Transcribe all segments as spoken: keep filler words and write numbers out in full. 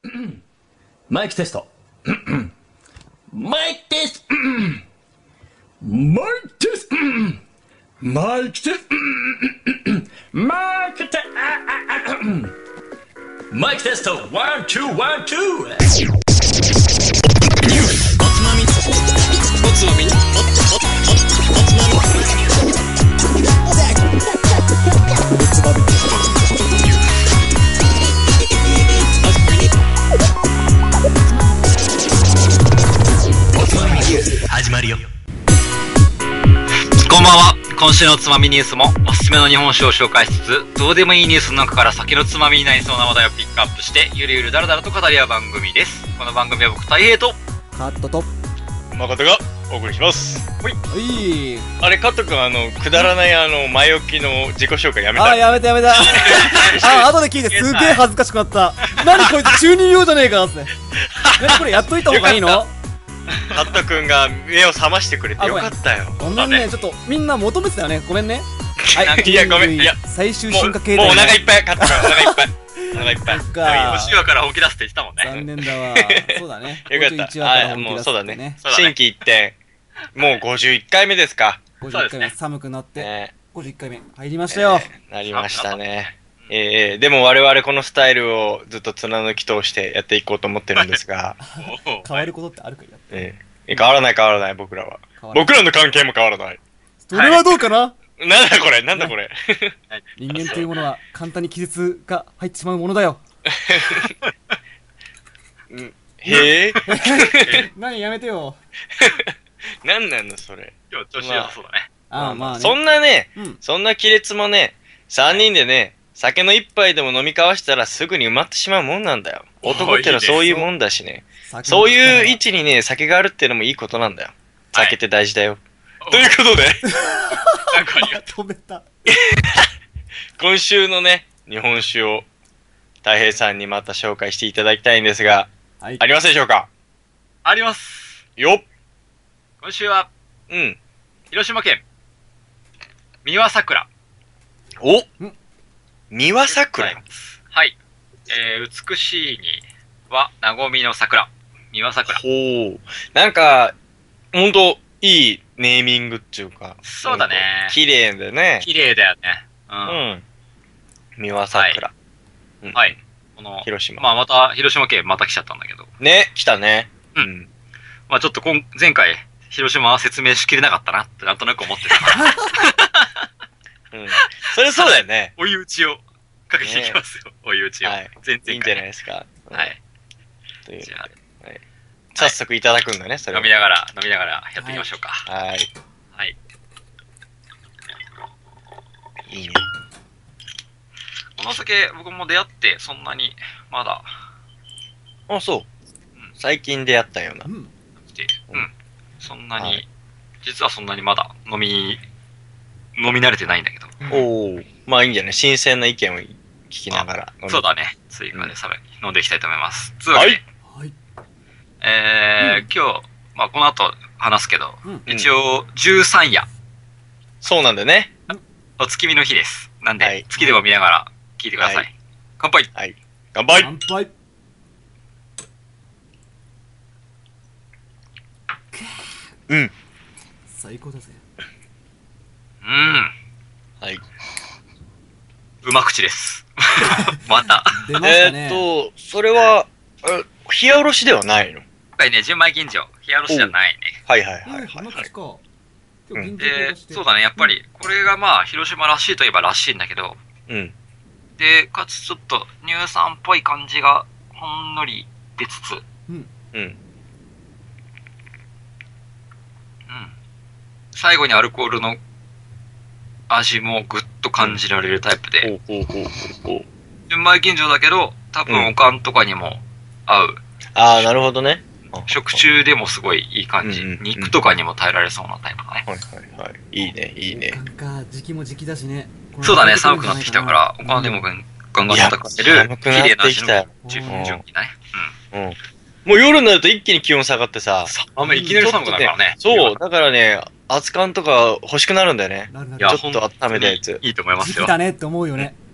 マイクテスト。マイクテスト。マイクテスト。マイクテスト。マイクテスト。マイクテスト。ワン、ツー、ワン、ツー。おつまみ。おつまみ。おつまみ。始まるよ。 こんばんは。今週のつまみニュースもおすすめの日本酒を紹介しつつ、どうでもいいニュースの中から先のつまみになりそうな話題をピックアップしてゆるゆるだらだらと語り合う番組です。この番組は僕たい平とカットと誠がお送りします。 ほいほい。 あれカット君、あのくだらないあの前置きの自己紹介やめた。 あ、やめたやめたあ、後で聞いてすげえ恥ずかしくなった。何こいつ中二病じゃねえかって何これやっといた方がいいの。 カット君が目を覚ましてくれてよかったよ。 ごめんね、ちょっとみんな求めてたよね。ごめんね。はい、 いやごめん、いや最終進化形態もうお腹いっぱい。カット君お腹いっぱいお腹いっぱい。 そっか年話から本気出すって言ってたもんね。 残念だわ。そうだね。 よかった。あ、もうそうだね。新規一点。もうごじゅういっかいめですか。 ごじゅういっかいめ寒くなってごじゅういっかいめ入りましたよ。 なりましたね。えー、でも我々このスタイルをずっと貫き通してやっていこうと思ってるんですが変わることってあるかやって、 えー、変わらない変わらない。僕らは僕らの関係も変わらない。 それはどうかな、はい、 なんだこれなんだこれ人間というものは簡単に気絶が入ってしまうものだよへえ何やめてよなんなのそれ。 今日調子良さそうだね。 ああ、まあね。 そんなね、 うん、そんな亀裂もね、三人でね、酒の一杯でも飲み交わしたらすぐに埋まってしまうもんなんだよ。男ってのはそういうもんだしね。そういう位置にね、酒があるってのもいいことなんだよ。酒って大事だよ。はい、ということで、 なんか止めた。 今週のね、日本酒を、たい平さんにまた紹介していただきたいんですが、はい、ありますでしょうか？ あります。 よっ。 今週は、 うん。 広島県、三輪桜。 お三輪桜、はい、 はい。えー、美しいには、なごみの桜。三輪桜。 ほう。なんか、ほんと、いいネーミングっていうか。 そうだね。 綺麗だね。 綺麗だよね。うん。うん。 三輪桜。 はい。うん、はい。この、 広島。 まあまた、広島県また来ちゃったんだけど。 ね、来たね。 うん。うん、まあちょっとこん、前回、広島は説明しきれなかったなってなんとなく思ってたから。 うん。それそうだよね。 追い打ちをかけていきますよ。ね、追い打ちを。はい。全然いいんじゃないですか。 はい。 という。じゃあ、はい。早速いただくんだね、それを。 飲みながら、飲みながらやっていきましょうか。 はい。 はい。 いいね。 この酒、僕も出会って、そんなに、まだ。 あ、そう。うん、最近出会ったような。 うん。 うん。そんなに、はい、実はそんなにまだ飲み、飲み慣れてないんだけど。 おー。まあいいんじゃない？新鮮な意見を聞きながら。 そうだね。追加でさらに飲んでいきたいと思います。つうわけで、はい。えー、うん、今日、まあこの後話すけど、うん、一応じゅうさん夜。 そうなんだね。 お月見の日です。なんで、はい、月でも見ながら聞いてください。はい、乾杯。 はい。乾杯。 乾杯。 うん。 最高だぜ。 うん。はい。うま口です。また。 出ましたね。 えーっと、それは、冷やおろしではないの？ 今回ね、純米吟醸。冷やおろしじゃないね。 はいはいはいはい、はい。 えー、甘口か。 うん、で、そうだね、やっぱり、これがまあ、広島らしいといえばらしいんだけど、 うん。 で、かつちょっと乳酸っぽい感じがほんのり出つつ、 うん。 うん。 最後にアルコールの味もぐっと感じられるタイプで、純米吟醸だけど、多分おかんとかにも合う。 うん、ああ、なるほどね。 食中でもすごいいい感じ、うんうんうん。肉とかにも耐えられそうなタイプだね。 はいはいはい。いいね、いいね。 なんか、時期も時期だしね。 そうだね、寒くなってきたから、おかんでもガンガン戦える、綺麗な味の純米だね。 うん。うん。もう夜になると一気に気温下がってさ。 あんまいきなり寒くなるからね。 そう、だからね、熱燗とか欲しくなるんだよね。ちょっと温めたやつ。 いいと思いますよ。 時期だねって思うよね。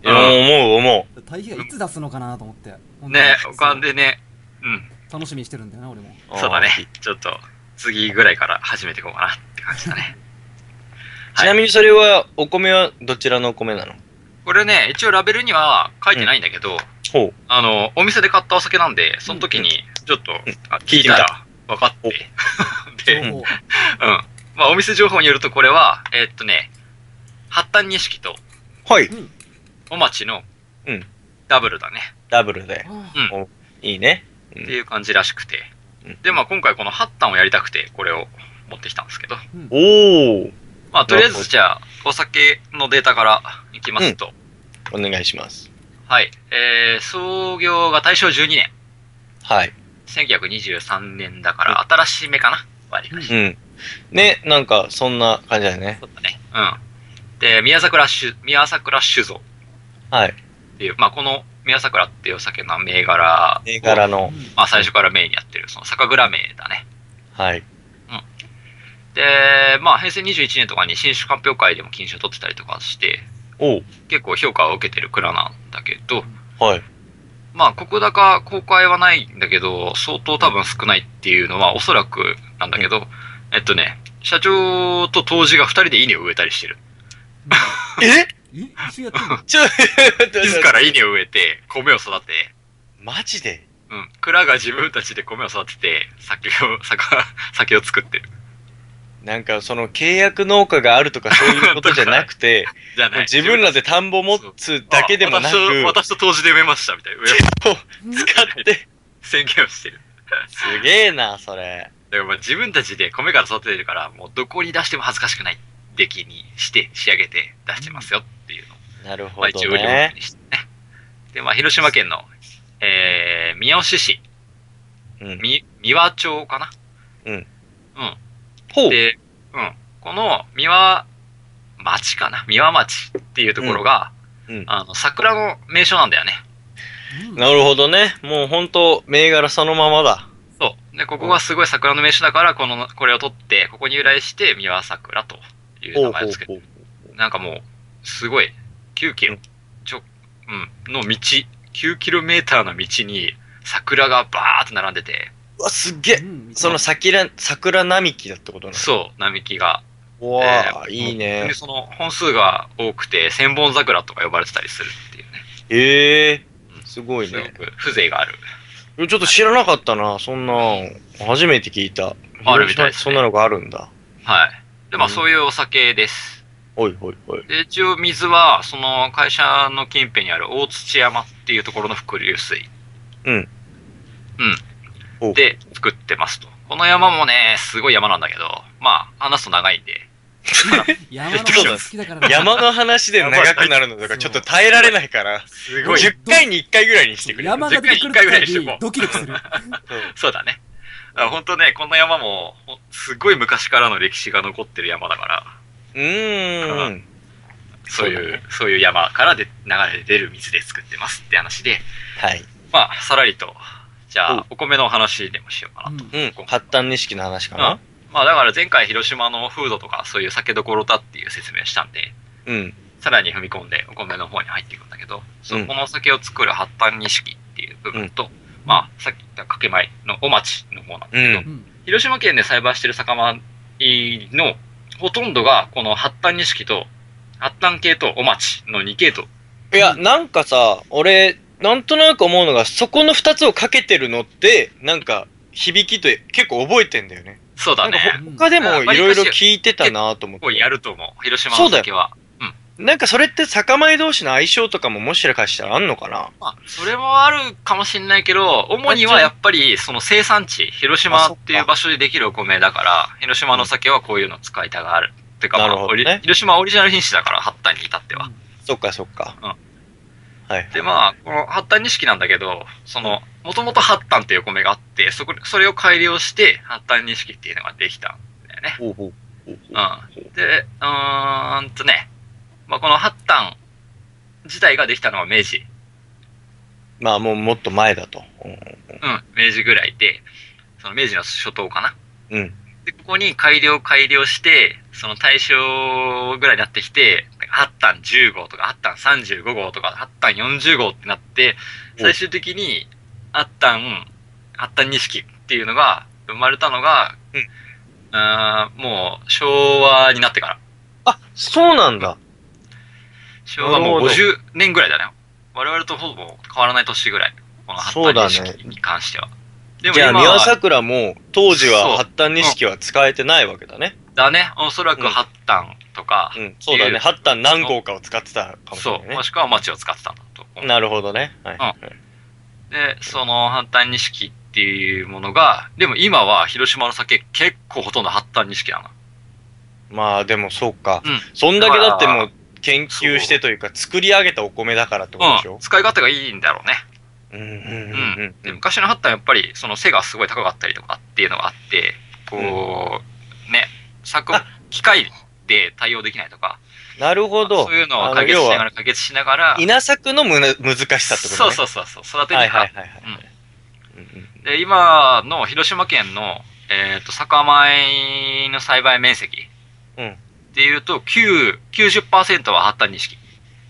いや、思う思う。 対比がいつ出すのかなと思って。 ね、浮かんでね。うん。 楽しみにしてるんだよな、俺も。 そうだね。ちょっと、次ぐらいから始めていこうかなって感じだね。 ちなみにそれは、お米はどちらのお米なの？ これね、一応ラベルには書いてないんだけど、 ほう。 あの、お店で買ったお酒なんで、その時に、ちょっと、あ聞いてみたら、分かって。で、うん。まあ、お店情報によるとこれは、えーっとね、八反錦と、 はい。 お町の、 うん。 ダブルだね。 ダブルで。 うん。 いいね。 っていう感じらしくて。で、まあ、今回この八反をやりたくて、これを持ってきたんですけど。 おー。 まあ、とりあえず、じゃあ、お酒のデータからいきますと。 お願いします。 はい。えー、創業が大正じゅうにねん。 はい。 せんきゅうひゃくにじゅうさんねんだから、新しい目かな割りかし。 うん。ね、なんか、そんな感じだよね。 そうだね。うん。で、宮桜酒、宮桜酒造。 はい。 っていう、まあ、この宮桜っていうお酒の銘柄。 銘柄の。 まあ、最初からメインにやってる、その酒蔵銘だね。 はい。 で、まあ、平成にじゅういちねんとかに新酒鑑評会でも金賞を取ってたりとかして、 お結構評価を受けてる蔵なんだけど、 はい。 まあ、石高公開はないんだけど、相当多分少ないっていうのはおそらくなんだけど、うん、えっとね、社長と杜氏が二人で稲を植えたりしてる。 ええ一緒やってんの？ ちょ、自ら稲を植えて、米を育て。 マジで？ うん。蔵が自分たちで米を育てて、酒を、酒、酒を作ってる。 なんか、その契約農家があるとかそういうことじゃなくて、 じゃない自分らで田んぼ持つだけでもなく、 私と杜氏で植えましたみたいな。 植え使って宣言をしてる。 すげえな、それ。 だからまあ自分たちで米から育ててるから、もうどこに出しても恥ずかしくない出来にして仕上げて出してますよっていうのを。 なるほどね。 まあ一応売り物にしてね。で、まあ広島県の、えー、三好市。うん。み、三輪町かな。うん。うん。ほう。で、うん。この三輪町かな。三輪町っていうところが、うんうん、あの、桜の名所なんだよね。 なるほどね。もうほんと、銘柄そのままだ。 そう。で、ここがすごい桜の名所だから、この、これを取って、ここに由来して、三輪桜という名前をつけて。なんかもう、すごい、きゅうキロ、ちょ、うん、の道、きゅうキロメーターの道に、桜がバーっと並んでて。 うわ、すっげえ、うん、その桜、桜並木だってことなの？ そう、並木が。 うわー、えー、いいね。 で、その、本数が多くて、千本桜とか呼ばれてたりするっていうね。 へえー、すごいね。 すごく風情がある。 ちょっと知らなかったな、そんな、初めて聞いた。 あるみたいですね。 そんなのがあるんだ。 はい。で、まあ、そういうお酒です。 おいおいおい。 で、一応水は、その会社の近辺にある大土山っていうところの伏流水。 うん。 うん。で、作ってますと。この山もね、すごい山なんだけど、まあ、話すと長いんで。 山の話好きだからね。 山の話で長くなるのとかちょっと耐えられないから、すごい。じゅっかいにいっかいぐらいにしてくれ。 山が出てくるたびドキドキする。 そうだね。本当ね、この山も、すごい昔からの歴史が残ってる山だから。 うーん。 そういう、そういう山からで流れで出る水で作ってますって話で。 はい。 まあ、さらりと、じゃあ、お米の話でもしようかなと。 うん。発端錦の話かな。 まあだから前回広島の風土とかそういう酒どころだっていう説明をしたんで、 うん。 さらに踏み込んでお米の方に入っていくんだけど、そこのお酒を作る発端錦っていう部分と、うん、まあさっき言ったかけ米のお町の方なんだけど、うん、広島県で栽培してる酒米のほとんどがこの発端錦と発端系とお町のに系統。 いや、なんかさ、俺、なんとなく思うのが、そこの二つをかけてるのって、なんか響きと結構覚えてんだよね。 そうだね。 他でもいろいろ聞いてたなと思って。 結構やると思う。広島の酒は。 うん。なんかそれって酒米同士の相性とかももしかしたらあんのかな？ まあ、それもあるかもしれないけど、主にはやっぱりその生産地、広島っていう場所でできるお米だから、広島の酒はこういうの使いたがる。ってかまあ、ね、広島オリジナル品種だから、八反に至っては。 そっかそっか。 うん。 はい。 でまあ、この八反錦なんだけど、その、もともと八反っていうお米があって、そこ、それを改良して、八反錦っていうのができた。ね、 ほうほうほうほう。 うん。で、うーんとね、まあ、この八反自体ができたのは明治。 まあもうもっと前だと。 うん、明治ぐらいで、その明治の初頭かな。 うん。 で、ここに改良改良して、その大正ぐらいになってきて、 発炭じゅうごうとか、発炭さんじゅうごごうとか、発炭よんじゅうごうってなって、最終的に、発炭、発炭錦っていうのが、生まれたのが、うん、あもう、昭和になってから。 あ、そうなんだ。 昭和もうごじゅうねんぐらいだね。我々とほぼ変わらない年ぐらい。この発炭錦に関しては。 でもじゃあ、宮桜も、当時は発炭錦は使えてないわけだね。 だね。おそらく発炭とか、 うん。うん、そうだね。発炭何号かを使ってたかもしれない、ね。 そう。もしくは町を使ってたんだと。 なるほどね。はい。うん、 で、その発炭錦っていうものが、でも今は広島の酒結構ほとんど発炭錦なの。 まあでもそうか。うん。そんだけだってもう研究してというか作り上げたお米だからってことでしょ、うん、 使い勝手がいいんだろうね。 うんうんうんうん。 で昔の発炭やっぱりその背がすごい高かったりとかっていうのがあって、こう、うん、ね、作、機械で対応できないとか。 なるほど。 そういうのを解決しながら解決しながら。 稲作のむな難しさってことね。 そうそうそうそう。育てにか。 はいはいはい、はいうん。で、今の広島県の、えっ、ー、と、酒米の栽培面積。うん。っていうと、きゅう、きゅうじゅっパーセントは発炭錦。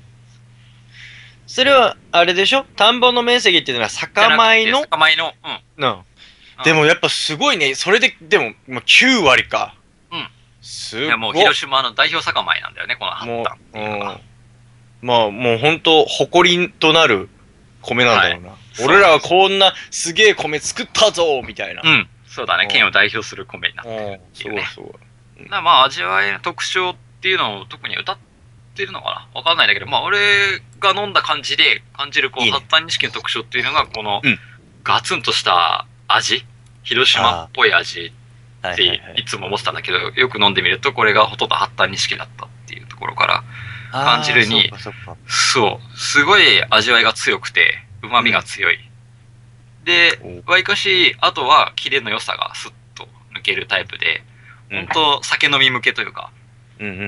それは、あれでしょ田んぼの面積っていうのは酒米の酒米の、うん。 うん。でもやっぱすごいね。それで、でも、まあ、きゅうわりか。 うん。 すごい。 いやもう広島の代表酒米なんだよね、この発炭っていうのが。 まあもう本当誇りとなる米なんだろうな。はい、俺らはこんなすげえ米作ったぞみたいな。 うん。そうだね。県を代表する米になってるっていうね。 そうそう。 うん、だまあ味わいの特徴っていうのを特に歌ってるのかなわかんないんだけど、まあ俺が飲んだ感じで感じるこう、発炭錦の特徴っていうのがこの、うん、ガツンとした味広島っぽい味っていつも思ってたんだけど、よく飲んでみるとこれがほとんど発炭錦だったっていうところから感じるに、そう、すごい味わいが強くて、旨味が強い。うん、で、わりかし、あとはキレの良さがスッと抜けるタイプで、うん、ほんと酒飲み向けというか、 うんうんうんうん、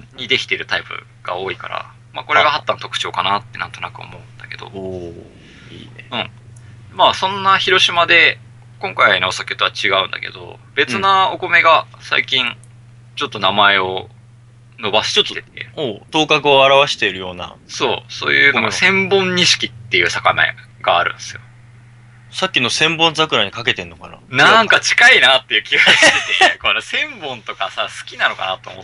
にできてるタイプが多いから、まあこれが発炭の特徴かなってなんとなく思うんだけど。 おいいね。うん。まあそんな広島で、今回のお酒とは違うんだけど、別なお米が最近、ちょっと名前を伸ばしてきてて。 おう、頭角を表しているような。 そう、そういうのが千本錦っていう酒米があるんですよ。 さっきの千本桜にかけてんのかななんか近いなっていう気がしてて、この千本とかさ、好きなのかなと思って。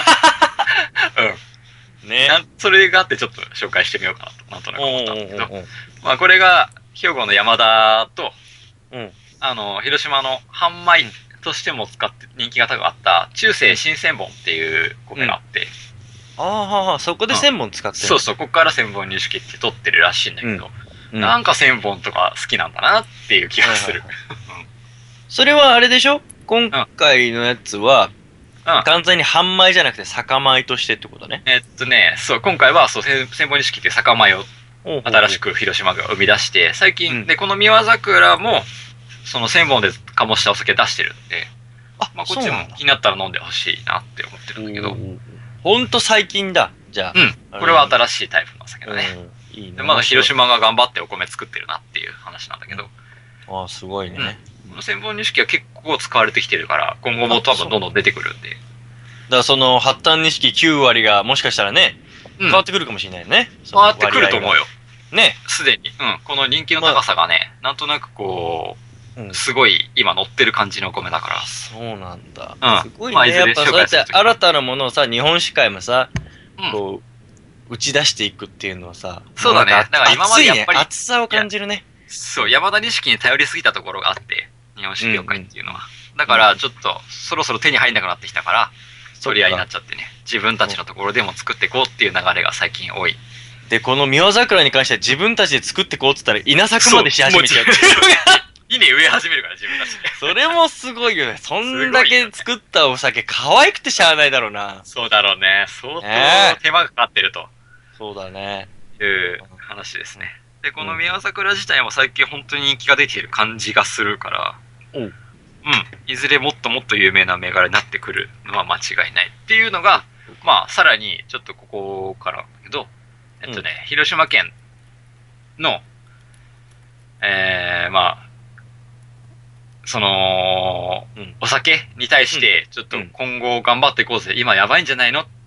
うん。ね。それがあってちょっと紹介してみようかなと、なんとなく思ったんだけど。まあこれが、兵庫の山田と、うん。あの、広島の販売としても使って人気が高かった中世新千本っていう米があって、 うん、ああはあそこで千本使ってる、 うん、そうそうここから千本錦って取ってるらしいんだけど、うん、なんか千本とか好きなんだなっていう気がする、はいはいはい、 それはあれでしょ今回のやつは、うん、完全に販売じゃなくて酒米としてってことね。 えっとねそう今回はそう千本錦っていう酒米を新しく広島が生み出して最近、うん、でこの三輪桜もその千本で醸したお酒出してるんで、あ、まあこっちも気になったら飲んでほしいなって思ってるんだけど。 ほんと最近だ、じゃあ。 うん。これは新しいタイプのお酒だね。うん、いいね。でまだ広島が頑張ってお米作ってるなっていう話なんだけど。 ああ、すごいね。 うん、この千本錦は結構使われてきてるから、今後も多分どんどん出てくるんで。だからその発炭錦きゅうわりがもしかしたらね、変わってくるかもしれないね。 変わってくると思うよ。 ね。 すでに。うん。この人気の高さがね、まあ、なんとなくこう、うん、すごい今乗ってる感じのお米だから。 そうなんだ。 うん。 すごいね。まあ、やっぱそうやって新たなものをさ、日本酒界もさ、うん、こう、打ち出していくっていうのはさ、 そうだね。だから今までやっぱり。 熱さを感じるね。 そう、山田錦に頼りすぎたところがあって、日本酒業界っていうのは。うん、だからちょっと、そろそろ手に入んなくなってきたから、取り合いになっちゃってね。自分たちのところでも作っていこうっていう流れが最近多い。 で、この三輪桜に関しては自分たちで作っていこうって言ったら稲作までし始めちゃう。 稲植え始めるから自分たちで。 それもすごいよね。そんだけ作ったお酒可愛くてしゃあないだろうな。 そうだろうね。相当手間がかかってると。 そうだね。 いう話ですね。で、この宮桜自体も最近本当に人気が出ている感じがするから、うん。うん。いずれもっともっと有名な銘柄になってくるのは間違いないっていうのが、まあ、さらにちょっとここからなんだけど、えっとね、うん、広島県の、えー、まあ、その、うん、お酒に対して、ちょっと今後頑張っていこうぜ、今やばいんじゃないのっ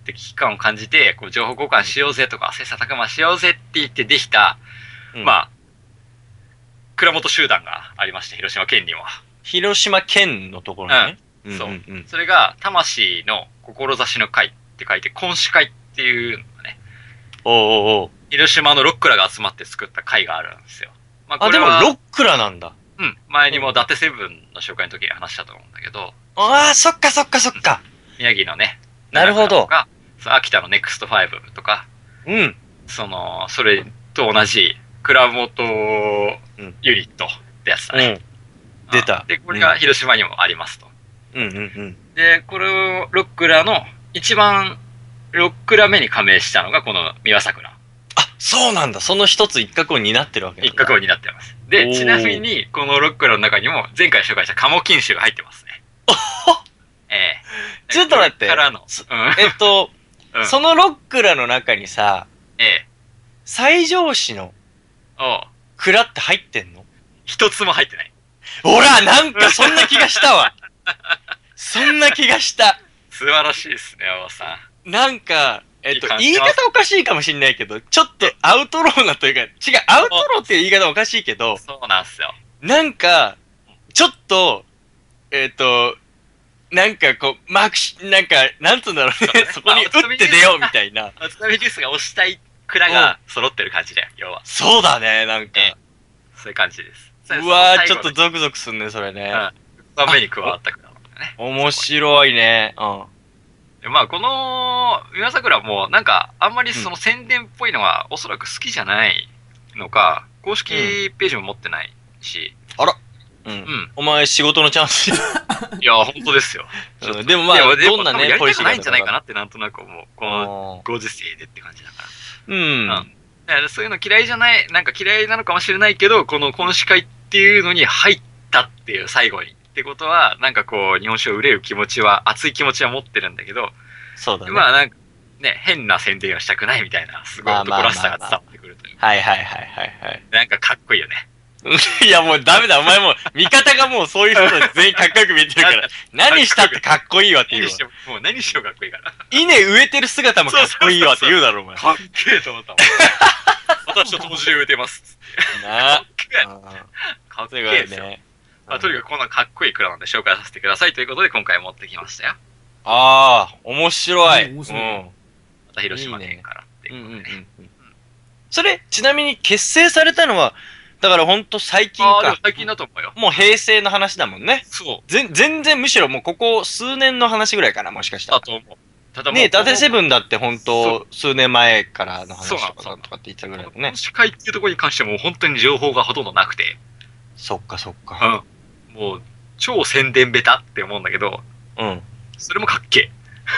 って危機感を感じて、こう情報交換しようぜとか、切磋琢磨しようぜって言ってできた、うん、まあ、蔵元集団がありまして、広島県には。 広島県のところね。 うん。そう、うんうん。それが、魂の志の会って書いて、根子会っていうのがね。 おうおうおう。 広島のロックラが集まって作った会があるんですよ。 まあ、これはあ、でもロックラなんだ。 うん。前にも伊達セブンの紹介の時に話したと思うんだけど。 ああ、そっかそっかそっか。 宮城のね。 なるほど。 秋田のネクストファイブとか。 うん。 その、それと同じ、蔵元ユニットってやつだね。うん出た。 で、これが広島にもありますと。 うんうんうん。 で、これを、ロックラの、一番、ロックラ目に加盟したのが、この三輪桜。あ、 そうなんだ。その一つ一角を担ってるわけだ。一角を担ってます。で、ちなみに、このロックラの中にも、前回紹介した鴨金酒が入ってますね。ええー。ちょっと待って。 からの。 うん、えっと、うん、そのロックラの中にさ、 ええ。 西条市の、 おう。 蔵って入ってんの？ 一つも入ってない。 ほら、なんかそんな気がしたわ。そんな気がした。 素晴らしいですね、王さん。なんか、えっと、言い方おかしいかもしんないけど、ちょっとアウトローなというか、違う、アウトローっていう言い方おかしいけど、 そうなんすよ。 なんか、ちょっと、えっと、なんかこう、マークし、なんか、なんつうんだろうね、そこに打って出ようみたいな。 津波ジュースが押したい蔵が揃ってる感じだよ、要は。 そうだね、なんか。 そういう感じです。 うわー、ちょっとゾクゾクすんね、それね。 うん。目に加わった蔵なんだね。 面白いね。 うん。まあ、この、三輪桜も、なんか、あんまりその宣伝っぽいのは、おそらく好きじゃないのか、公式ページも持ってないし。 あら。うん。うん。お前仕事のチャンス。 いや、本当ですよ。 でもまあ、どんなね、 ポリシーがないんじゃないかなってなんとなく思う。このご時世でって感じだから。 うん。うん。 そういうの嫌いじゃない、なんか嫌いなのかもしれないけど、この今司会っていうのに入ったっていう最後に。ってことは、なんかこう、日本酒を売れる気持ちは、熱い気持ちは持ってるんだけど、 そうだね。 まあなんか、ね、変な宣伝はしたくないみたいな、すごい男らしさが伝わってくるという。 はいはいはいはいはい。 なんかかっこいいよね。 いやもうダメだ、お前もう、味方がもうそういう人たち全員かっこよく見えてるから、何したってかっこいいわって言うわ。 もう何しろかっこいいから。 稲植えてる姿もかっこいいわって言うだろ、お前。 かっけえと思ったもん。私と同時で植えてます。 なかっけえ。かっけえですよ。まあ、とにかくこんなかっこいい蔵なんで紹介させてくださいということで今回持ってきましたよ。 ああ、面白い。 面白い。 うん。 また広島県からっていうことでね。 それ、ちなみに結成されたのは、だからほんと最近か。 ああ、最近だと思うよ。 もう平成の話だもんね。 そう。 全然むしろもうここ数年の話ぐらいかな、もしかしたら。 だと思う。ただねえ、伊達セブンだってほんと数年前からの話とかなんとかって言ってたぐらいだね。 司会っていうところに関してはもう本当に情報がほとんどなくて。 そっかそっか。 うん。もう、超宣伝ベタって思うんだけど。 うん。 それもかっけえ。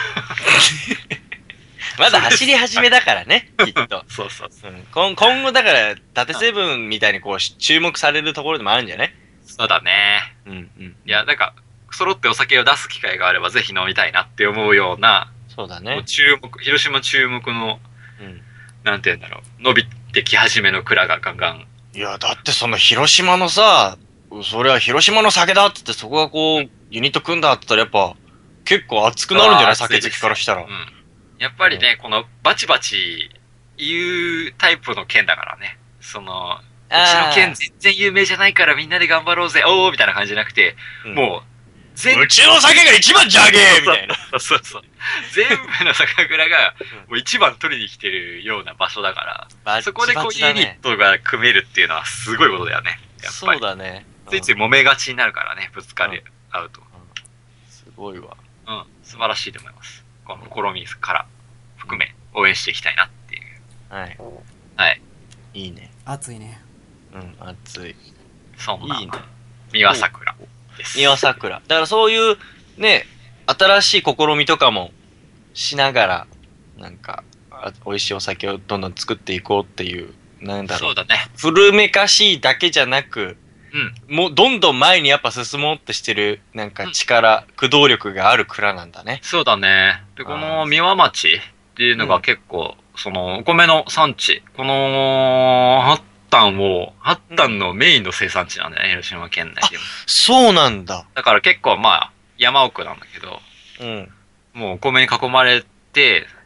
まだ走り始めだからね、きっと。 そうそうそう、 うん。今今後だから、伊達セブンみたいにこう、注目されるところでもあるんじゃない？ そうだね。 うんうん。 いや、なんか、揃ってお酒を出す機会があればぜひ飲みたいなって思うような、 そうだね。 注目、広島注目の、うん、なんて言うんだろう、伸びてき始めの蔵がガンガン。 いや、だってその広島のさ、それは広島の酒だってってそこがこう、ユニット組んだって言ったらやっぱ、結構熱くなるんじゃない？酒好きからしたら。うん。 やっぱりね、うん、このバチバチ言うタイプの県だからね。その、うちの県全然有名じゃないからみんなで頑張ろうぜ、おーみたいな感じじゃなくて、うん、もう、 全うちの酒が一番じゃげーみたいな。 そうそうそう。全部の酒蔵が、もう一番取りに来てるような場所だから、うん、そこでこういうユニットが組めるっていうのはすごいことだよね。やっぱり。 そうだね。 ついつい揉めがちになるからね、ぶつかり合うと、うんうん。 すごいわ。 うん、素晴らしいと思います。この試みから含め、応援していきたいなっていう。 はい。 はい。 いいね。 熱いね。 うん、熱い。 そんな。 いいね。 三輪桜です。 三輪桜。だからそういう、ね、新しい試みとかもしながら、なんか、美味しいお酒をどんどん作っていこうっていう、なんだろう。 そうだね。 古めかしいだけじゃなく、 うん。 もうどんどん前にやっぱ進もうってしてる、なんか力、うん、駆動力がある蔵なんだね。 そうだね。で、この三輪町っていうのが結構、うん、その、お米の産地、この、八反を、八反のメインの生産地なんだよね、広島県内でも。 そうなんだ。 だから結構まあ、山奥なんだけど、 うん。 もうお米に囲まれて、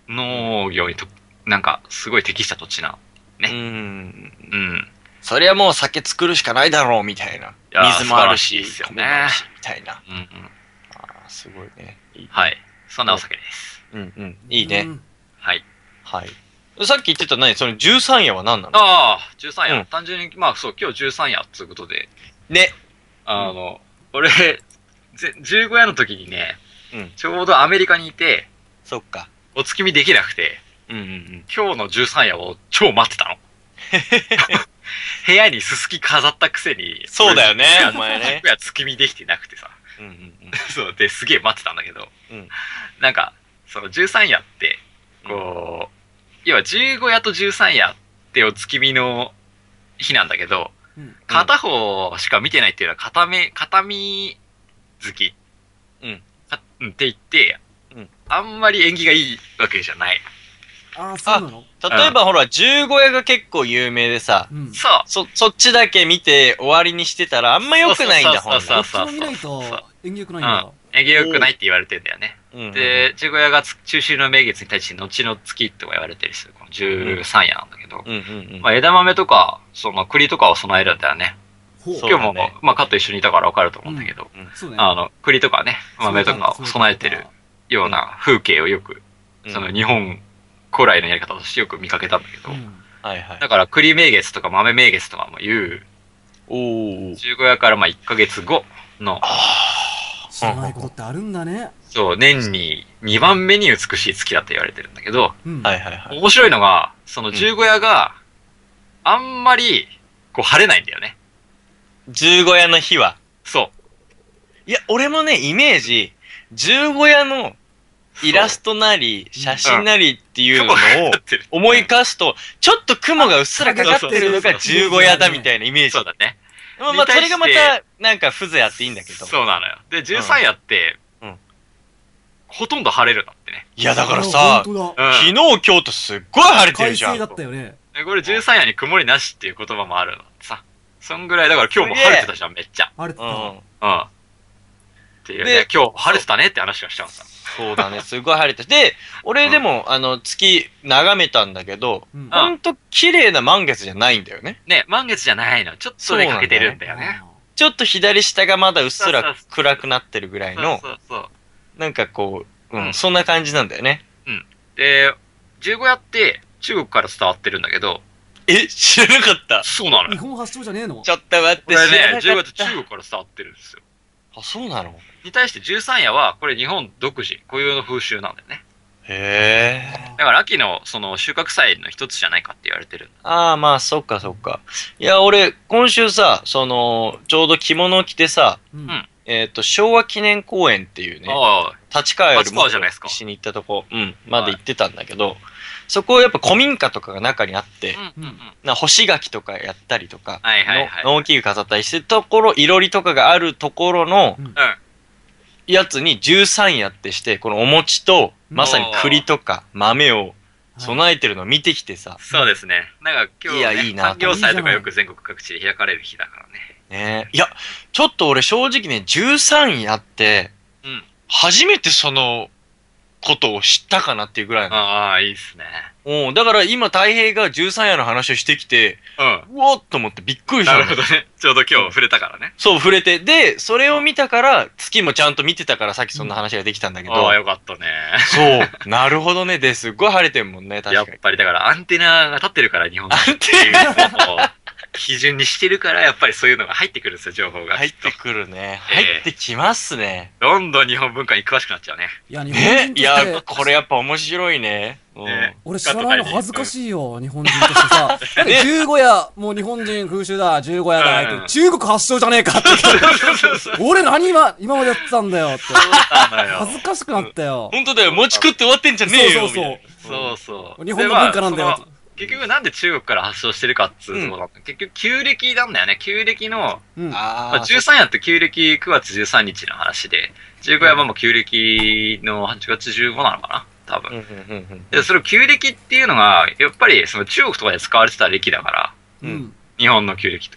農業にと、なんか、すごい適した土地な。ね。 うん。 うん。 そりゃもう酒作るしかないだろう、みたいな。水もあるし、 ですよね。 米もあるし、みたいな。 うんうん。 ああ、すごいね。いいねはい。そんなお酒です。 うんうん。いいね。 はい。 はい。さっき言ってた何その十三夜は何なの？ ああ、十三夜。 うん単純に、まあそう、今日十三夜っていうことで。 ね。 あの、俺、ぜ十五夜の時にね、 うん。 ちょうどアメリカにいて、 そっか。 お月見できなくて、 うんうんうん。 今日の十三夜を超待ってたの。部屋にすすき飾ったくせに。 そうだよね、お前ね。 いや、月見できてなくてさ。 うんうんうん。 そう、で、すげえ待ってたんだけど、 うん。 なんか、その十三夜って、こう、要は十五夜と十三夜ってお月見の日なんだけど、 うん片方しか見てないっていうのは片目、片見月。 うんかうんって言って、 うんあんまり縁起がいいわけじゃない。 ああ、そうなの？ 例えばほら、十五夜が結構有名でさ、 うん。 そう。 そ、そっちだけ見て終わりにしてたらあんま良くないんだ、 そうそうそう本来。 こっちも見ないと縁起良くないんうんだ。。 縁起良くないって言われてんだよね。 うんうん、 で、十五夜がつ中秋の名月に対して後の月とか言われたりする、この十三夜なんだけど、 うんうんうん。 まあ枝豆とか、その栗とかを備えるんだよね。 ほう。 そう今日も、 だねまあカット一緒にいたからわかると思うんだけど、 そうね。 あの、栗とかね、豆とかを備えてるような風景をよく、 うんその日本古来のやり方としてよく見かけたんだけど、 うん。 はいはい。 だから栗名月とか豆名月とかも言う、 おー。 十五夜からまあいっかげつごの、 知らないことってあるんだね。 そう、年ににばんめに美しい月だって言われてるんだけど、 うん。 はいはいはい。 面白いのが、その十五夜があんまりこう晴れないんだよね。 十五夜の日は。 そう。 いや、俺もね、イメージ、十五夜のイラストなり、写真なりっていうのを思い返すと、ちょっと雲がうっすらかかってるのが十五夜だみたいなイメージ。 そうだね。 まあまあ、それがまた、なんか風情あっていいんだけど。 そうなのよ。で、十三夜って、 うんうんほとんど晴れるんだってね。 いや、だからさ、 本当だ。 うん。 昨日今日とすっごい晴れてるじゃん快晴だ。ったよね。 でこれ十三夜に曇りなしっていう言葉もあるのってさ。そんぐらい、だから今日も晴れてたじゃん、めっちゃ。 晴れてた。 うん。 うん。っていうでね、今日晴れてたねって話がしたのさ。 そうだね、すごい晴れて。で、俺でも、あの、月眺めたんだけど、 うんほんと綺麗な満月じゃないんだよね。 ね、満月じゃないの。ちょっとね、かけてるんだよね。 ちょっと左下がまだうっすらそうそうそう暗くなってるぐらいの、 そうそうそう。 なんかこう、ううんん、そんな感じなんだよね。 で、十五夜って中国から伝わってるんだけど、 え、知らなかった。 そうなのよ。 日本発祥じゃねえの？ ちょっと待って、 これ知らなね、十五夜ってかった。 中国から伝わってるんですよ。 あ、そうなのに対して十三夜は、これ日本独自、固有の風習なんだよね。 へえ。 だから秋のその収穫祭の一つじゃないかって言われてるんだ。 ああ、まあ、そっかそっか。いや、俺、今週さ、その、ちょうど着物を着てさ、 うんうんえっ、と、昭和記念公園っていうね、 ああ、 立川より立も川じゃないですかしに行ったとこ、うん、まで行ってたんだけど、そこやっぱ古民家とかが中にあって、 うんうんうん。 な干し柿とかやったりとか、 はいはいはいの農機具飾ったりしてるところ、いろりとかがあるところのうんうん。 やつにじゅうさん夜ってして、このお餅と、まさに栗とか豆を備えてるのを見てきてさ、 そうですね。なんか今日、ね、 いやいいな産業祭とかよく全国各地で開かれる日だからね。 ねいや、ちょっと俺正直ね、じゅうさん夜って、 うん。 初めてそのことを知ったかなっていうぐらいの。 ああ、いいっすね。 うん、だから今太平がじゅうさん夜の話をしてきて、 うん。 うわっと思ってびっくりしたのなるほどね。ちょうど今日触れたからね。 そう、触れて。で、それを見たから、月もちゃんと見てたからさっきそんな話ができたんだけど。 ああ、よかったね。 そう。なるほどね。で、すっごい晴れてんもんね、 やっ確かに。 ぱりだからアンテナが立ってるから、日本の。 アンテナを基準にしてるから、やっぱりそういうのが入ってくるんですよ、情報が。 入ってきとくるね。 ええ入ってきますね。 どんどん日本文化に詳しくなっちゃうね。 いや、日本ねい人として。 や、これやっぱ面白いね。うん。 ね俺知らないの恥ずかしいよ、日本人としてさ。だって十五夜、もう日本人風習だ、十五夜だ、 うんって中国発祥じゃねえかって。 そうそうそう。 俺何今、今までやってたんだよって。 そうなのよ。 恥ずかしくなったよ。 本当だよ。餅食って終わってんじゃねえよ。 そうそうそうそうそう。 日本の文化なんだよでまあその結局なんで中国から発祥してるかっつうところだった、結局旧暦なんだよね。旧暦の、 うん。 あまあ、じゅうさん夜って旧暦くがつじゅうさんにちの話で、じゅうご夜はもう旧暦のはちがつじゅうごなのかな多分。 うんうんうんうん。 で、それ旧暦っていうのが、やっぱりその中国とかで使われてた暦だから、 ううんん。 日本の旧暦とかね。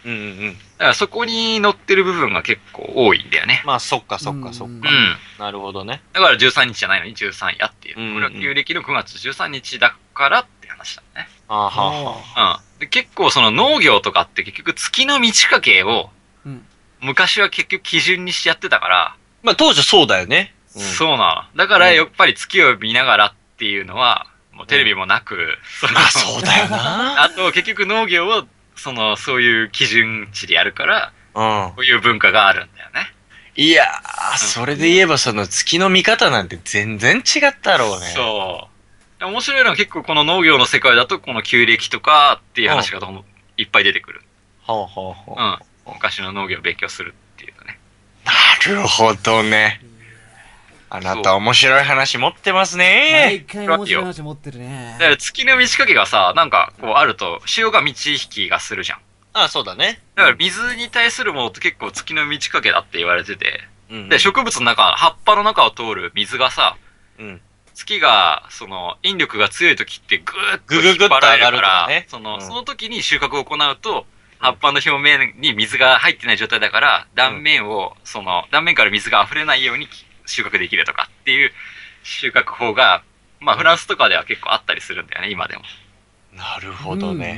うんうん。 だからそこに乗ってる部分が結構多いんだよね。 まあ、そっかそっかそっか。 うん。 なるほどね。 だからじゅうさんにちじゃないのにじゅうさんやっていう。 うんうんこれは旧暦のくがつじゅうさんにちだからって話だね。 ああはあはうん。で、結構その農業とかって結局月の満ち欠けを、昔は結局基準にしてやってたから。 まあ当時そうだよね。 うん、そうなの。だからやっぱり月を見ながらっていうのは、もうテレビもなく、うん、 そまあそうだよな。 あと結局農業を、その、そういう基準値でやるから、 うん。 こういう文化があるんだよね。 いやー、それで言えばその月の見方なんて全然違ったろうね。 そう。面白いのは結構この農業の世界だとこの旧暦とかっていう話がどんどんいっぱい出てくる。 ほうほうほう。うん。 昔の農業を勉強するっていうかね。 なるほどね。あなた面白い話持ってますね。 毎回面白い話持ってるね。 だから月の満ち欠けがさ、なんかこうあると潮が満ち引きがするじゃん。 ああ、そうだね。 だから水に対するものって結構月の満ち欠けだって言われてて、 うん、 で、植物の中、葉っぱの中を通る水がさ、 うん、 月が、その、引力が強い時ってぐーっとぐぐぐっと上がるから、 ね、その、うん、その時に収穫を行うと、葉っぱの表面に水が入ってない状態だから、断面を、その、断面から水が溢れないように収穫できるとかっていう収穫法が、まあ、フランスとかでは結構あったりするんだよね、今でも。 なるほどね。 うん。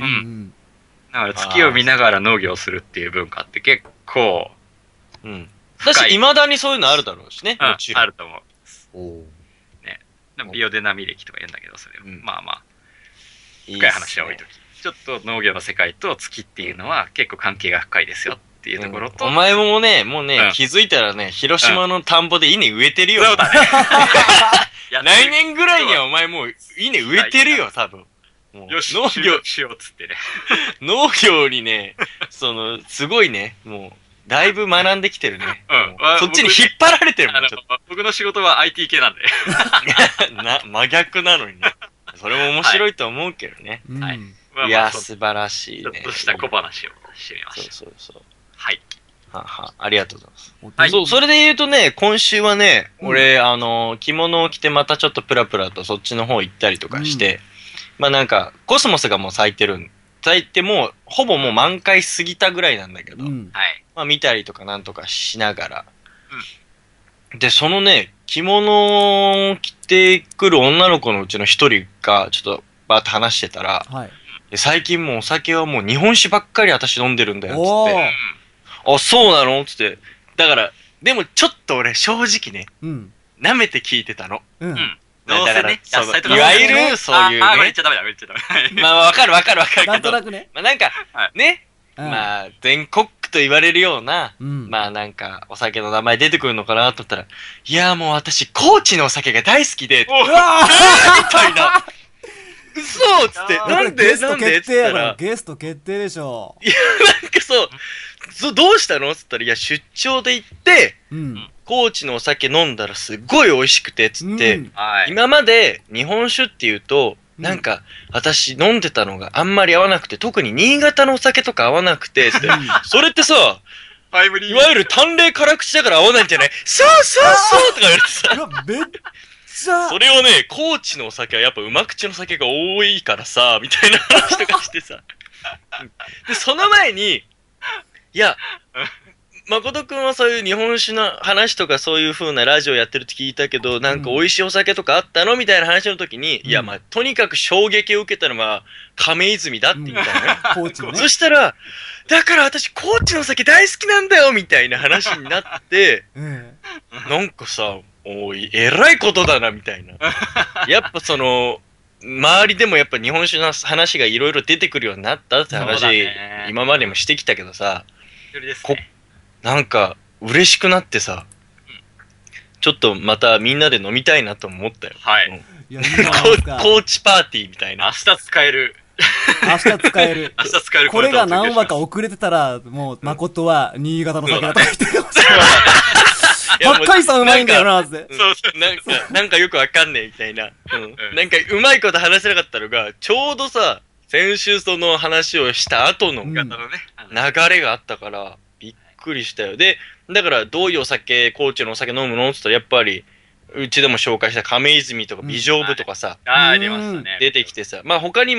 だから月を見ながら農業するっていう文化って結構、 うん。だし、未だにそういうのあるだろうしね。 もちろん。あると思う。 おね。でもビオデナミ歴とか言うんだけど、それ、うん、まあまあ、深い話は置いとき。ちょっと農業の世界と月っていうのは結構関係が深いですよっていうところと。 うん、お前もね、もうね、うん、気づいたらね、広島の田んぼで稲植えてるよ。 そうだね。 来年ぐらいにはお前もう稲植えてるよ、多分。 よし、 農業しようっつってね。 農業にね、その、すごいね、もう、だいぶ学んできてるね。 うん。 そっちに引っ張られてるもん、ちょっと。 僕の仕事は アイティー 系なんで。 な、真逆なのにね。それも面白いと思うけどね。 はい。 いや、素晴らしいね。 ちょっとした小話をしてみました。 そうそうそう。 はい。 はは、ありがとうございます。はい。そう、それで言うとね、今週はね、俺、あの、着物を着てまたちょっとプラプラとそっちの方行ったりとかして、まあなんか、コスモスがもう咲いてるん。咲いてもう、ほぼもう満開過ぎたぐらいなんだけど、 はい。 まあ見たりとかなんとかしながら。うん。で、そのね、着物を着てくる女の子のうちの一人が、ちょっとバーって話してたら、 はい。 最近もうお酒はもう日本酒ばっかり私飲んでるんだよ、つって。あ、そうなのつって。だから、でもちょっと俺正直ね、うん。舐めて聞いてたの。 うん。 どうせね、 野菜とか。いわゆる、そういうね。 あ、これ言っちゃダメだ、言っちゃダメ。 まあ、わかるわかるわかるけど。 なんとなくね。 まあ、なんか、ね。まあ、全国区と言われるような、まあ、なんか、お酒の名前出てくるのかなと思ったら、いや、もう私、高知のお酒が大好きで、うわーみたいな。嘘つって、なんでなんでつったら、 ゲスト決定でしょ。 いや、なんかそう、そどうしたのつったら、いや、出張で行って、うん。高知のお酒飲んだらすっごい美味しくて、つって、うん、今まで日本酒っていうと、うん、なんか、私飲んでたのがあんまり合わなくて、特に新潟のお酒とか合わなくて、つって、それってさ、いわゆる淡麗辛口だから合わないんじゃないそうそうそうとか言われてさ、 めっちゃ、 それをね、高知のお酒はやっぱうま口の酒が多いからさ、みたいな話とかしてさ、で、その前に、いや、誠くんはそういう日本酒の話とかそういう風なラジオやってるって聞いたけど、なんか美味しいお酒とかあったのみたいな話の時に、うん、いや、まあ、とにかく衝撃を受けたのは亀泉だって言ったのね。 うん、高知のね。 そしたら、だから私高知のお酒大好きなんだよみたいな話になって、うん、なんかさ、おい、えらいことだなみたいな。やっぱその、周りでもやっぱ日本酒の話がいろいろ出てくるようになったって話、今までもしてきたけどさ、こなんか、嬉しくなってさ、うん、ちょっとまたみんなで飲みたいなと思ったよ。 はい。 うん、いや高知パーティーみたいな。 明日使える。 明日使える。 明日使える。 これが何話か遅れてたら、もう、誠は新潟の酒だと言ってるかもしれない。八海山うまいんだよな、って。 そうそう。なんか、なんかよくわかんねえみたいな。うん。なんか、うまいこと話せなかったのが、ちょうどさ、先週その話をした後の流れがあったから、びっくりしたよ。で、だからどういうお酒、高知のお酒飲むのって言ったら、やっぱり、うちでも紹介した亀泉とか美丈夫とかさ、 うん、ああ、出ましたね。 出てきてさ、まあ他にも、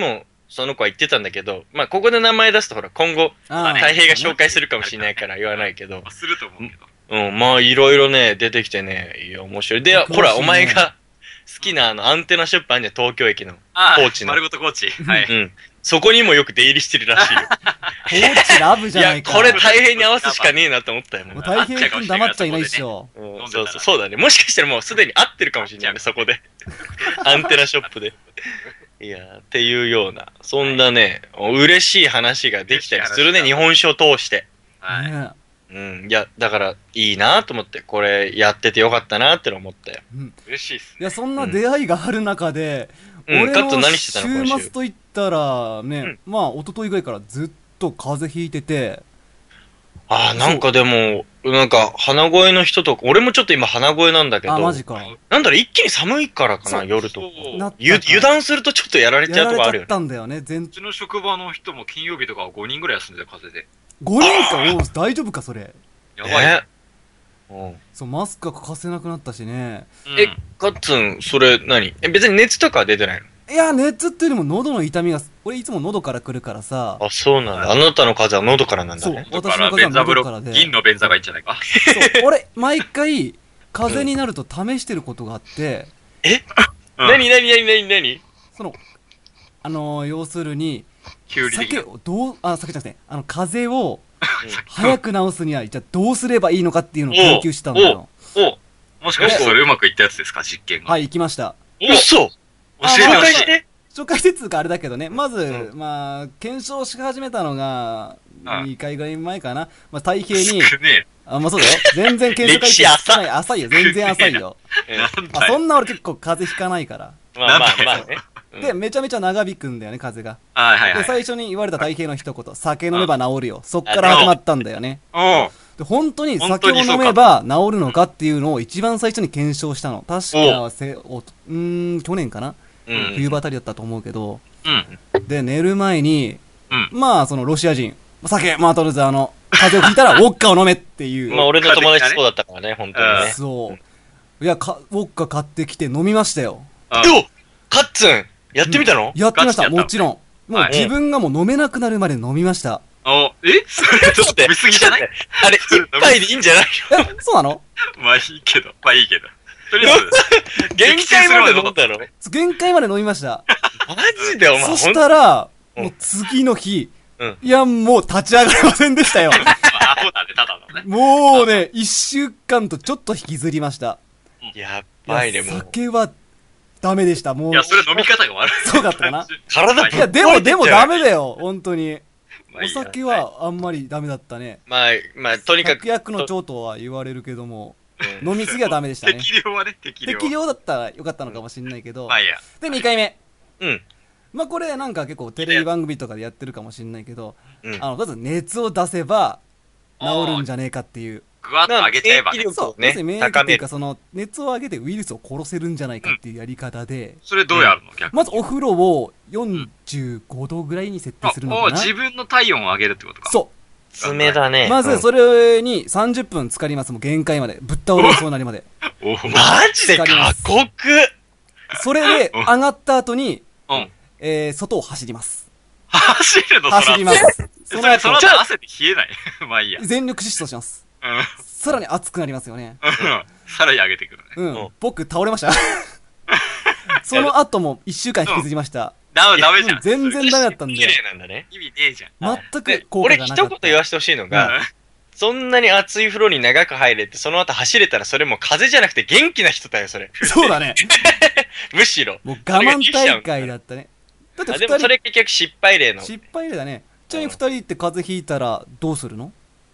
その子は言ってたんだけど、まあ、ここで名前出すとほら、今後、 あ太平が紹介するかもしれないから言わないけど、 すると思うけど。 うん、まあ、いろいろね、出てきてね、いや、面白い。で、 詳しいねほら、お前が好きなあの、アンテナショップあんじゃん、東京駅の。 ああ、 高知の丸ごと高知。はい。 うん。そこにもよく出入りしてるらしいよ。 高知ラブじいや、 ゃないか。 これ太平に合わすしかねえなと思ったよ、もうもう太平君黙っちゃいないっしょ。 うん、そうそう、そうだね。もしかしたらもうすでに合ってるかもしれないね、そこで。アンテナショップで。いやー、っていうような、そんなね、嬉しい話ができたりするね、日本酒を通して。 はい。 ねうん、いや、だから、いいなと思って、これやっててよかったなっての思ったよ。 うん嬉しいっすい。や、そんな出会いがある中で、 うん俺のカット何してたの今週週末と言ったら、ね、まあ、一昨日ぐらいからずっと風邪ひいてて、 ああ、なんかでも、なんか、鼻声の人とか、俺もちょっと今鼻声なんだけど、 あ、マジか。 なんだろう、一気に寒いからかな、 そう夜とか。 なったゆ油断するとちょっとやられちゃうとこあるよねやられちゃっ。たんだよね。全うちの職場の人も金曜日とかはごにんぐらい休んでた風邪で。 ごにんか、おう大丈夫か、それ。 やばい。 えうんそう、マスクが欠かせなくなったしね。 うんえ、カッツン、それ何え、別に熱とかは出てないのいや、熱っていうよりも喉の痛みが、俺いつも喉から来るからさ、 あ、そうなんだ。あなたの風邪は喉からなんだそうね。 だから、ベンザブロック、銀のベンザがいいんじゃないか。 そう、俺、毎回、風邪になると試してることがあって、 うん何何何何何その、あのー、要するに、 キュウリ的な。 酒を、どう、あ、酒じゃなくて、あの、風邪を、早く治すには、じゃあどうすればいいのかっていうのを研究したんだよ。 お、 もしかしてそれうまくいったやつですか、実験が。 はい、行きました。 嘘教えてあほしい。 紹介して。 紹介してっつうかあれだけどね、まず、 うまあ、検証し始めたのが、 うんにかいぐらい前かな。まあ、太平に、 少ねあ、まあそうだよ。全然検証歴史浅ない。浅いよ。全然浅いよ。 え。なんあ、 だよ。 そんな俺結構風邪ひかないから。 まあまあまあね。うんで、めちゃめちゃ長引くんだよね、風邪が。で、 はいはいはい。 最初に言われた太平の一言、酒飲めば治るよ。そっから始まったんだよね。 おうで、本当に本酒を飲当にそうかめば治るのかっていうのを一番最初に検証したの。確か、せ、お、うーん、去年かなうん。 冬場あたりだったと思うけど。 うん。 で、寝る前に、 うん。 まあ、そのロシア人、酒、まあ、とりあえずあの、風邪をひいたら、ウォッカを飲めっていう。 まあ俺の友達そうだったからね、本当にね。 そう。いや、か、ウォッカ買ってきて飲みましたよ。 あよっカッツンやってみたのやってました、 ガチでやったもちろん。もうはい自分がもう飲めなくなるまで飲みました。 お、えそれちょっと飲みすぎじゃないあれ、一杯でいいんじゃないえ、そうなのまあいいけど、まあいいけど。とりあえず、 限界まで飲んだの限界まで飲みました。 マジでお前、 そしほんたら、 うんもう次の日、 うんいや、もう立ち上がれませんでしたよ。 まあアホだね、ただのね。 もうね、一週間とちょっと引きずりました。 やっいばいね、 やもう。 酒はダメでした、もう。 いや、それ飲み方が悪い。 そうだったかな体ぶっいや、でも、でもダメだよ、本当に。おまあいいや酒はあんまりダメだったね。 まあ、まあ、とにかく。 百薬の長とは言われるけども、 うん飲みすぎはダメでしたね。 適量はね、適量。 適量だったらよかったのかもしれないけど。 まあいいや。 で、にかいめ。 うん。 まあこれなんか結構テレビ番組とかでやってるかもしれないけど、 うん。 あの、まず熱を出せば治るんじゃねえかっていう。 ぐわっと上げちゃえばね免疫。力そう。 ね要するに免疫高めるっていうか、その、熱を上げてウイルスを殺せるんじゃないかっていうやり方で、 それどうやるの逆に。 まずお風呂をよんじゅうごどぐらいに設定あおするのかな。 自分の体温を上げるってことか。 そ爪だね。 う。まずうんそれにさんじゅっぷん浸かります。もう限界まで。ぶっ倒れそうになりまで。 おお。 マジで過酷それで上がった後に、 うん。 えー、外を走ります。 走るの走りま。 そす。そのそれ、その後、 後汗で冷えない。まあいいや。うん。 全力疾走します。さらに熱くなりますよね。 うん。さらに上げてくるね。 うんうん。 僕倒れました。その後もいっしゅうかん引きずりました。 ダメ、ダメじゃん。 全然ダメだったん綺で、 麗なんだね。 意味ねえじゃん。 全でく効果俺がなかった。 一言言わせてほしいのが、そんなに熱い風呂に長く入れて、その後走れたらそれもう風邪じゃなくて元気な人だよ、それ。 そうだね。 むしろ。 もう我慢大会だったね。だってあでも二人、 それ結局失敗例の。 失敗例だね。ちなみに二人って風邪ひいたらどうするの？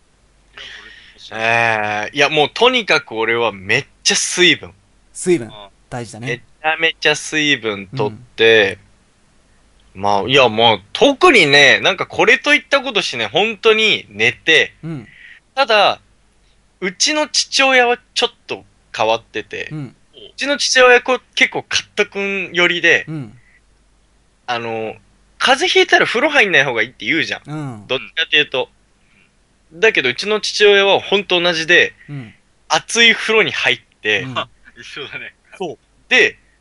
えー、いやもうとにかく俺はめっちゃ水分。 水分うん。 大事だめね。 ちゃめちゃ水分取って、まあ、いやもう特にね、なんかこれといったことしてね、本当に寝て、 うん。 ただ、うちの父親はちょっと変わってて、 う。 うんちの父親こ結構カット君寄りで、 うん。 あの、風邪ひいたら風呂入んない方がいいって言うじゃん。 うん。 どっちかっていうと。だけどうちの父親は本当同じで、 うん。 熱い風呂に入って、 うん一緒だね。 で、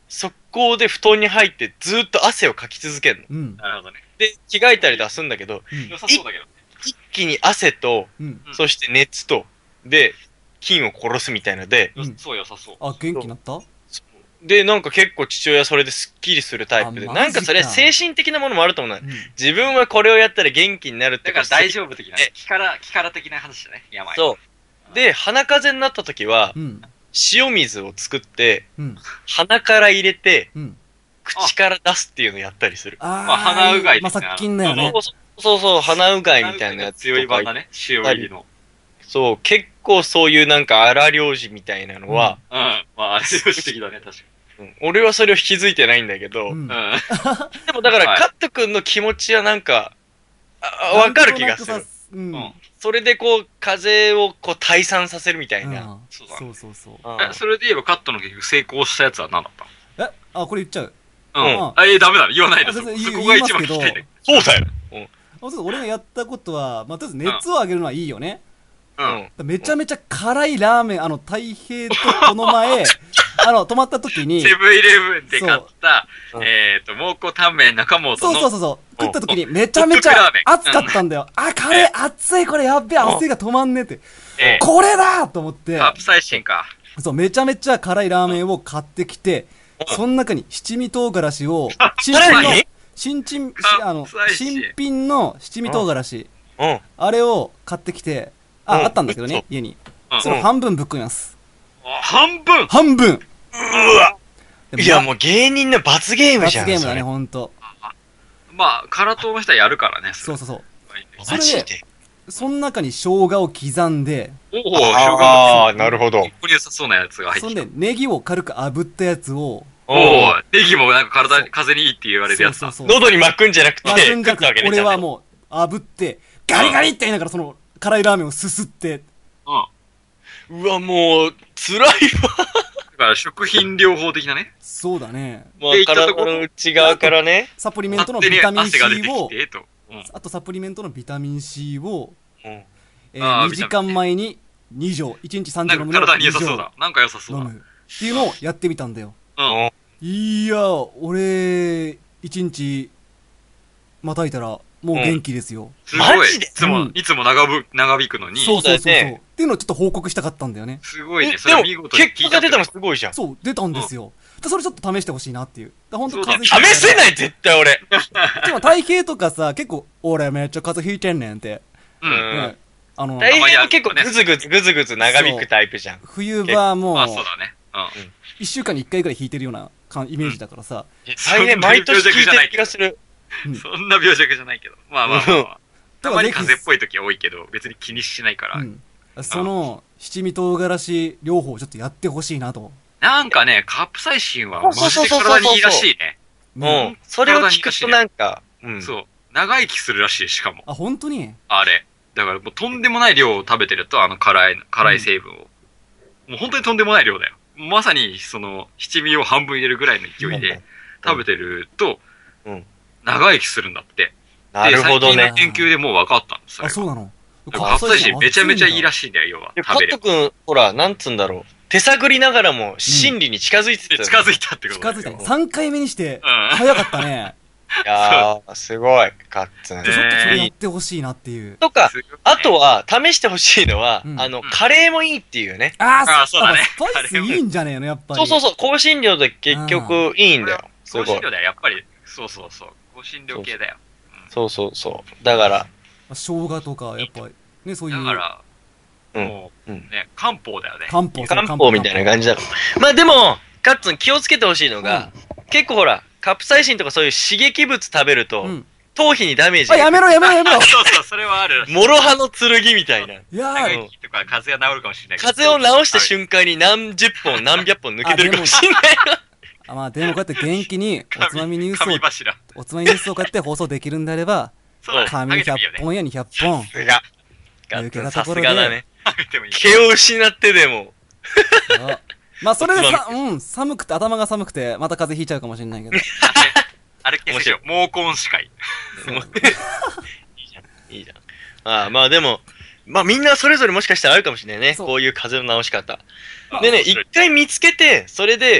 速攻で布団に入ってずっと汗をかき続けるの。 うん。 なるほどね。 で、着替えたり出すんだけど、 うん良さそうだけど。 一気に汗と、 うん。 そして熱と、で、菌を殺すみたいので、 うんそう良さそう。 あ、元気になったで、なんか結構父親それですっきりするタイプで、 あマジかなんかそれ精神的なものもあると思うな。 うん。 自分はこれをやったら元気になるってだから大夫。 丈夫的なね。気から、気から的な話だね。病。 そう。で、鼻風邪になった時は、 うん。 塩水を作って、 うん。 鼻から入れて、 うん。 口から出すっていうのをやったりする。 あーまあ鼻うがいまあ、 的な殺菌だよね。 そうそうそうそう、鼻うがいみたいなやつ強いとか版だね。塩入りの。 そう、結構そういうなんか荒療治みたいなのは、 うん。まあ、あれ良的だね、確かうん俺はそれを引き継いでないんだけど、 うんに。うん。 でもだから、 はいカット君の気持ちはなんか、あわかる気がするなんとなく。さうん。 うんそれでこう、風をこう退散させるみたいな。 うんそうだねそうそうそう。 うんえ、それで言えばカットの結局成功したやつは何だったえ、あ、これ言っちゃう。 のうん。 うんあ、え、ダメだ。言わないで。そあ全然言いそこが一番聞言いますけどきたいんだけそうだよ。うん。 あそうそう俺がやったことは、まあ、とりあえず熱を上げるのはいいよね。 ど。 ううん。 ん。 めちゃめちゃ辛いラーメン、あの、太平とこの前、あの、泊まった時に、 セブンイレブンで買ったそう、 えっと、蒙古タンメン中本そうそうの、 そうそう、食った時にめちゃめちゃ熱かったんだよ。あ、カレー熱い、これやっべえ、汗が止まんねえって。 えこれだと思って、 カプサイシンか。 そう、めちゃめちゃ辛いラーメンを買ってきて、その中に七味唐辛子を、新品の何、 新陳、しあのカプサイ、シン新品の七味唐辛子、 うん。 あれを買ってきて、あ、 うんあったんだけどそうね、家に。 うんそれを半分ぶっ込みます。 あ半分半分うわでいや、もう芸人の罰ゲームじゃん。 罰ゲームだね、 そほんと。 まあ、辛党の人はやるからね。 そうそうそう。 れそれでマジで。 その中に生姜を刻んで、 おお、生姜ああ、なるほど。 ここに良さそうなやつが入ってきた。 そんでネギを軽く炙ったやつを、 おお、ネギもなんか体に、風にいいって言われるやつだ。 そうそうそう。 喉に巻くんじゃなくて、 まあ、とにかく食ったわけね。 俺はう。 もう炙って、ガリガリって言いながらその辛いラーメンをすすって、 うん。 うわ、もう、辛いわ。 だから食品療法的なね。 そうだね。 まあで、言ったと体ころの内側からね。 サプリメントの勝手にビタミン C 汗が出てきを、 て、と。うん。 あとサプリメントのビタミン C を、 うん。 えー、 あーにじかんまえにに錠、いちにちさん錠なん飲むのをか体に良さそうにだ。なんか良さそうだ。 錠飲む。っていうのをやってみたんだよ。 うん。 いや、俺、いちにちまたいたら、もう元気ですよ。 すごい。 マジでいつもうん、 いつも長ぶ長引くのに、 そうそうそうそう。 そうだよねっていうのをちょっと報告したかったんだよね。 えすごいね。それでも、 見事に聞い結果が出たのたすごいじゃん。 そう、出たんですよ。でそれちょっと試してほしいなっていう。だ本当そうだね試せないい、絶対俺。 でも体型とかさ、結構、俺めっちゃ風邪ひいてんねんって。 う。 うんねん。 あの、 大変は結構ぐずぐずぐずぐず長引くタイプじゃん。 冬場はもうあ、、そうだね。うん。 一週間に一回ぐらい引いてるような感イメージだからさ。 大変毎年聞いてる気がする。 そんな病弱じゃないけど。まあまあまあまあ。たまに風邪っぽいい。 時は多いけど、別に気にしないから。 うん。その、七味唐辛子療法をちょっとやってほしいなと。 なんかね、カプサイシンはマジでそうそうそうそう体にいいらしいね。 うねん。それを聞くとなんか、うん。 そう。長生きするらしい、しかも。 あ、本当にあれ。だからもうとんでもない量を食べてると、あの辛い、辛い成分を。もう本当にとんでもない量だよ。まさに、その、七味を半分入れるぐらいの勢いで食べてると、 うん長生きするんだって。 なるほどねで最近の。研究でもう分かったんですあ、そうなのカプサイシンめちゃめちゃいいらしい。 しいんだよ、要は。 でカ食べれば。 ット君、ほら、なんつうんだろう。手探りながらも真理に近づいてたよね。 近づいたってことだよ近づいたね。さんかいめにして、 うん早かったね。 いやー、すごい、カッツン。 ちょっとそれやねってほしいなっていう。 とか、 すごいねあとは、試してほしいのは、 うんあの、 うんカレーもいいっていうね。 ああそうだねスパイスいいんじゃねえの、やっぱり。 そうそうそう、香辛料で結局いいんだよ。すごい香辛料。だよ、やっぱり。そうそうそう。香辛料系だよ。 そうそうそう。だから、 生姜とか、やっぱ、ね、そういう。 だから、 うんもう、 うんね、漢方だよね。 漢方、 漢方みたいな感じだろ。まあでも、カッツン気をつけてほしいのが、結構ほら、カプサイシンとかそういう刺激物食べると、 うん。 頭皮にダメージあ、やめろやめろやめろそうそう、それはある。 諸刃の剣みたいな。 いやー、 長生きとか風邪が治るかもしれないけど。 風邪を治した瞬間に何十本、何百本抜けてるかもしれない。 あまあでもこうやって元気に、おつまみニュースを、 神柱。 おつまみニュースをこうやって放送できるんであれば、 そうだね。 紙100 あげてもいいよね。 本やにひゃっぽん。 さすが。ガッツンさすがだね。 あげてもいい。 毛を失ってでも。 そうまあそれでおつまさ、うん、寒くて、頭が寒くて、また風邪ひいちゃうかもしれないけど。 あれ消せよ。毛根司会。 そういいじゃん。ああ、まあでも、まあみんなそれぞれもしかしたらあるかもしれないね。 そうこういう風邪の治し方。 あでね、 面白い一回見つけて、それで、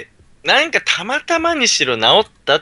なんかたまたまにしろ治ったって。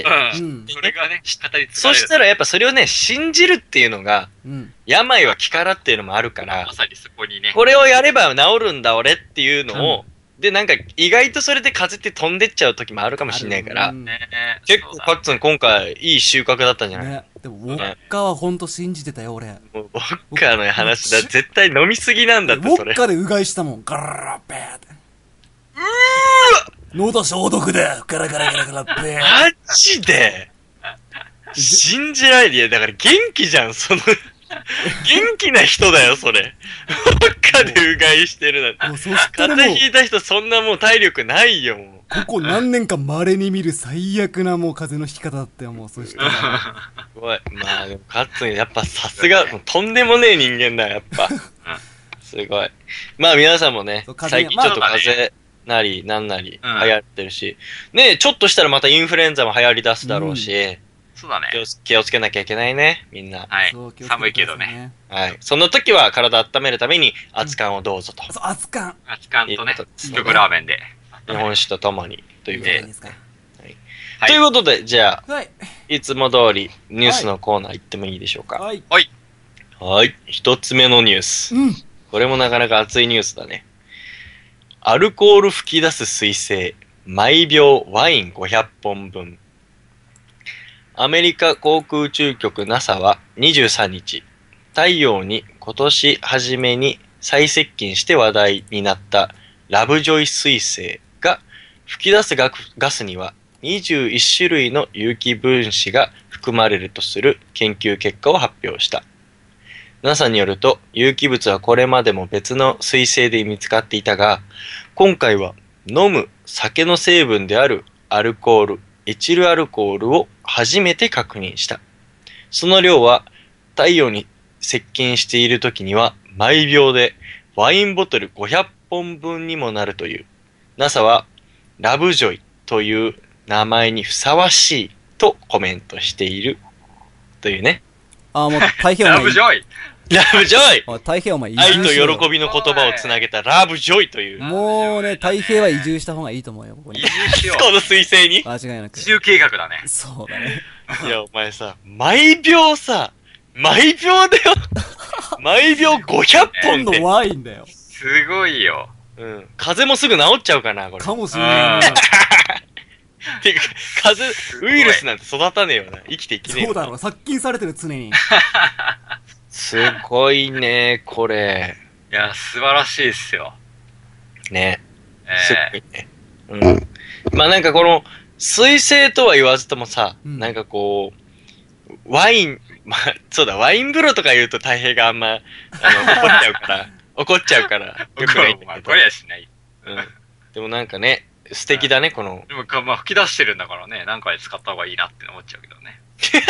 うん。それがね、語り継がれる。 そしたらやっぱそれをね、信じるっていうのが、 うん、 病は気からっていうのもあるから、 まさにそこにね。 これをやれば治るんだ俺っていうのを、うん、で、なんか意外とそれで風って飛んでっちゃう時もあるかもしれないから、ね、結構カッツン今回いい収穫だったんじゃない？ね、 でもウォッカはほんと信じてたよ俺。 もうウォッカの話だ、絶対飲みすぎなんだってそれ。 ウォッカでうがいしたもん、ガラガラベーって。 うーわ喉消毒でガラガラガラガラベー。 マジで信じられる。いや、だから元気じゃん、その、元気な人だよ、それ。どっかでうがいしてるなんて。もうそしたらもう風邪ひいた人そんなもう体力ないよ、もう。 ここ何年か稀に見る最悪なもう風邪のひき方だったよ、もう。そしたら。 すごい。まあでも、カッツン、やっぱさすが、とんでもねえ人間だ、やっぱ。すごい。まあ皆さんもね、最近ちょっと風邪なり、なんなり、流行ってるし、うん、ねえ、ちょっとしたらまたインフルエンザも流行り出すだろうし、うん、 そうだね。 気を、気をつけなきゃいけないね、みんな。 はい。寒いけどね。 はい。その時は体温めるために、熱燗をどうぞと。 うん、そう、熱燗。 熱燗とね、スープラーメンで。 日本酒とともに、ということで。 いいですか。はいはい、ということで、じゃあ、 はい、 いつも通り、ニュースのコーナー行ってもいいでしょうか。 はい。 はい。 はい。一つ目のニュース。 うん。 これもなかなか熱いニュースだね。アルコール吹き出す彗星、毎秒ワインごひゃっぽんぶん。アメリカ航空宇宙局 ナサ はにじゅうさんにち、太陽に今年初めに最接近して話題になったラブジョイ彗星が吹き出すガスにはにじゅういちしゅるいの有機分子が含まれるとする研究結果を発表した。ナサ によると、有機物はこれまでも別の彗星で見つかっていたが、今回は飲む酒の成分であるアルコール、エチルアルコールを初めて確認した。その量は太陽に接近している時には毎秒でワインボトルごひゃっぽんぶんにもなるという。ナサ はラブジョイという名前にふさわしいとコメントしているというね。 ああ、もう太平洋ラブジョイラブジョイ太平洋も移愛と喜びの言葉をつなげたラブジョイという。 もうね、太平は移住した方がいいと思うよ、ここに。 移住しよう。 この彗星に間違いなく。 移住計画だね。 そうだね。 いや、お前さ、毎秒さ、毎秒だよ。毎秒ごひゃっぽんって。 のワインだよ。 すごいよ。 うん。風邪もすぐ治っちゃうかな、これ。 かもしれない。 てか、風邪、ウイルスなんて育たねえよな。生きていけねえよ。 そうだろ、殺菌されてる、常に。 すごいね、これ。 いや、素晴らしいっすよ。 ね。 えすごいね。うん。まあなんかこの、彗星とは言わずともさ、うん、なんかこう、ワイン、まあ、そうだ、ワイン風呂とか言うと大平があんま、あの、怒っちゃうから、怒っちゃうから、よくないんだけど。 怒りはしない。 うん。でもなんかね、素敵だね、この。 でもか、まあ、吹き出してるんだからね、なんかで使った方がいいなって思っちゃうけどね。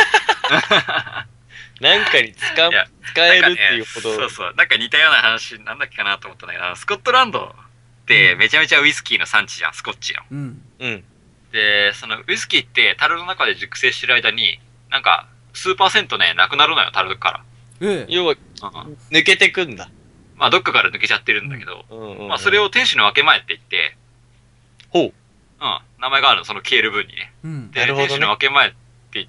なんかに使う、使えるっていうほど、 ね。そうそう。なんか似たような話、なんだっけかなと思ったんだけど、スコットランドってめちゃめちゃウイスキーの産地じゃん、スコッチの。 うん。 うん。 で、そのウイスキーって樽の中で熟成してる間に、なんか、数パーセントね、なくなるのよ、樽から。 ええ。 要は、うん、抜けてくんだ。 まあ、どっかから抜けちゃってるんだけど、 うんうんうん、 まあ、それを天使の分け前って言って、 ほう。 うん、名前があるの、その消える分にね。 うん。 で、ね、天使の分け前って言って、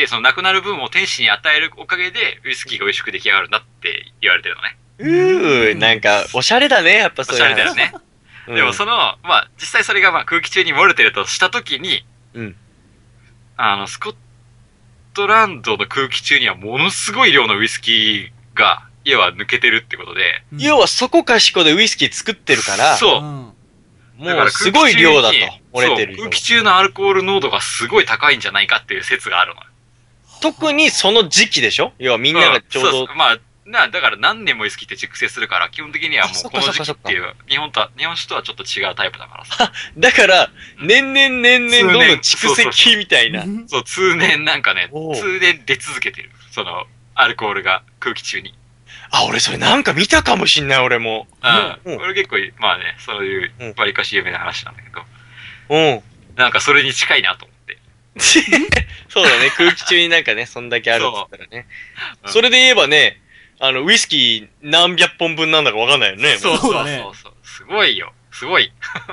そのなくなる分を天使に与えるおかげで、ウイスキーが美味しく出来上がるんだって言われてるのね。 うー、なんか、おしゃれだね、やっぱそういう。 おしゃれだよね。うん、でもその、まあ、実際それがまあ空気中に漏れてるとしたときに、 うん。 あの、スコットランドの空気中にはものすごい量のウイスキーが、要は抜けてるってことで。 うん、 要はそこかしこでウイスキー作ってるから。 そう。 うんもうすごい量だと。漏れてる量。 空気中のアルコール濃度がすごい高いんじゃないかっていう説があるのよ。 特にその時期でしょ要はみんながちょうど。うん、 そうまあ、な、だから何年もウイスキーって熟成するから、基本的にはもうこの時期っていう、日本とは、日本酒とはちょっと違うタイプだからさ。 だから、年々年々どんどん蓄積みたいな。 そう、通年なんかね、通年出続けてる。その、アルコールが空気中に。 あ、俺それなんか見たかもしんない、俺も。 うん。俺結構、まあね、そういう、わりかし有名な話なんだけど。 うん。 なんかそれに近いなと思って。 そうだね、空気中になんかね、そんだけあるって言ったらね。そ,、うん、それで言えばね、あの、ウイスキー何百本分なんだかわかんないよね。 そうそうそうそう。すごいよ。すごい。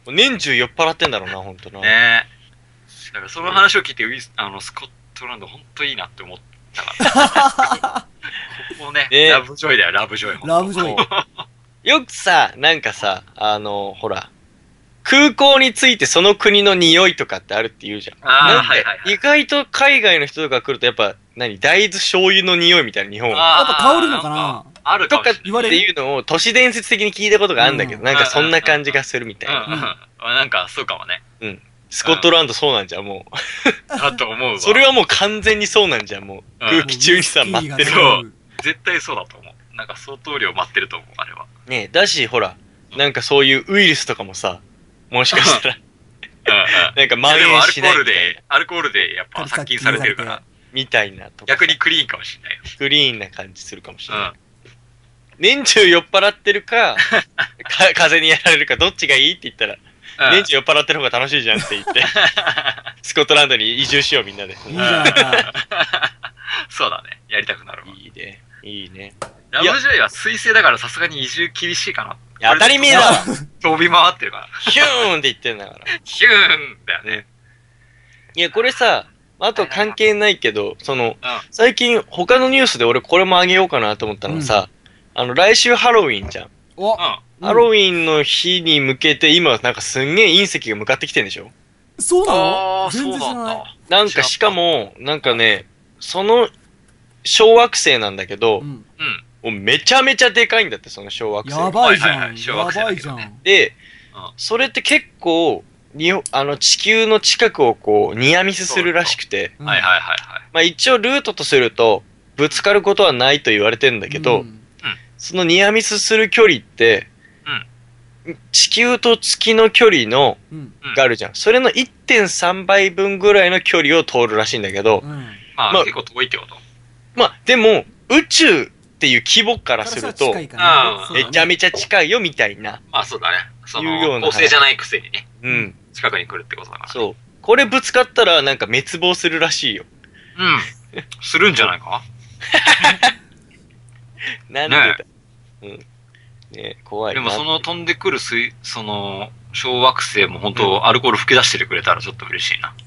年中酔っ払ってんだろうな、ほんとな。 ねえ。だからその話を聞いて、ウィスあの、スコットランドほんといいなって思ったから。ここね、 ねラブジョイだよ、ラブジョイ。 ラブジョイ。 よくさ、なんかさ、あの、ほら、空港に着いてその国の匂いとかってあるって言うじゃん。 ああ、 なんかはいはいはい。 意外と海外の人とか来るとやっぱ、何大豆醤油の匂いみたいな日本。 あーやっぱ香るのかなあるかとかってもしれない。 いうのを都市伝説的に聞いたことがあるんだけど、 うんなんかそんな感じがするみたいな。 うんうんうん。なんか、そうかもね。 うん。スコットランドそうなんじゃん、もう。 だと思うわ。 それはもう完全にそうなんじゃん、もう。 うん空気中にさ、 ウイスキーが待ってる。 そう絶対そうだと思う。なんか相当量待ってると思う、あれは。 ねえ、だし、ほら、なんかそういうウイルスとかもさ、もしかしたら、 うんうん。 なんか蔓いやでもアルコ延しないールで、アルコールでやっぱ殺菌されてるから、 みたいなとか。 逆にクリーンかもしれないよ。 クリーンな感じするかもしれない。 うん。 年中酔っ払ってるか、か風邪にやられるか、どっちがいいって言ったら、 うん年中酔っ払ってる方が楽しいじゃんって言って、スコットランドに移住しようみんなで。 いいじゃないか。 そうだね。やりたくなるわ。 いいね。いいね。 ラブジョイは水星だからさすがに移住厳しいかな。 いや当たり前だわ。 飛び回ってるから。 ヒューンって言ってんだから。 ヒューンだよね。 いや、これさ、あと関係ないけど、その、 うん。 最近他のニュースで俺これもあげようかなと思ったのがさ、あの、来週ハロウィンじゃん。 お、 うん。 ハロウィンの日に向けて今なんかすんげえ隕石が向かってきてんでしょ？ そうなあのあ、そう全然知らない。 なんだ。 なんかしかも、なんかね、その小惑星なんだけど、 うん。 うん。 もうめちゃめちゃでかいんだって、その小惑星。 やばいじゃん。 はいはいはい小や惑星ばいじゃだけどねん。 で、 うんそれって結構、にあの地球の近くをこう、ニアミスするらしくて、 うんはいはいはいはい。 まあ一応ルートとすると、ぶつかることはないと言われてんだけど、 うんそのニアミスする距離って、地球と月の距離の、 うん。 うんがあるじゃん。それのいってんさんばいぶんぐらいの距離を通るらしいんだけど、 うん。 まあ、 まあ結構遠いってこと。 まあでも、宇宙っていう規模からすると、 近いかなあーそうだねめちゃめちゃ近いよみたいな。 まあそうだね。その、 いうような恒星じゃないくせにね、 うん。 近くに来るってことだから。 そう。これぶつかったらなんか滅亡するらしいよ。 うん。するんじゃないかなんでだ。うん。ね怖いな。 でもその飛んでくる水、その、小惑星も本当、アルコール吹き出しててくれたらちょっと嬉しいな。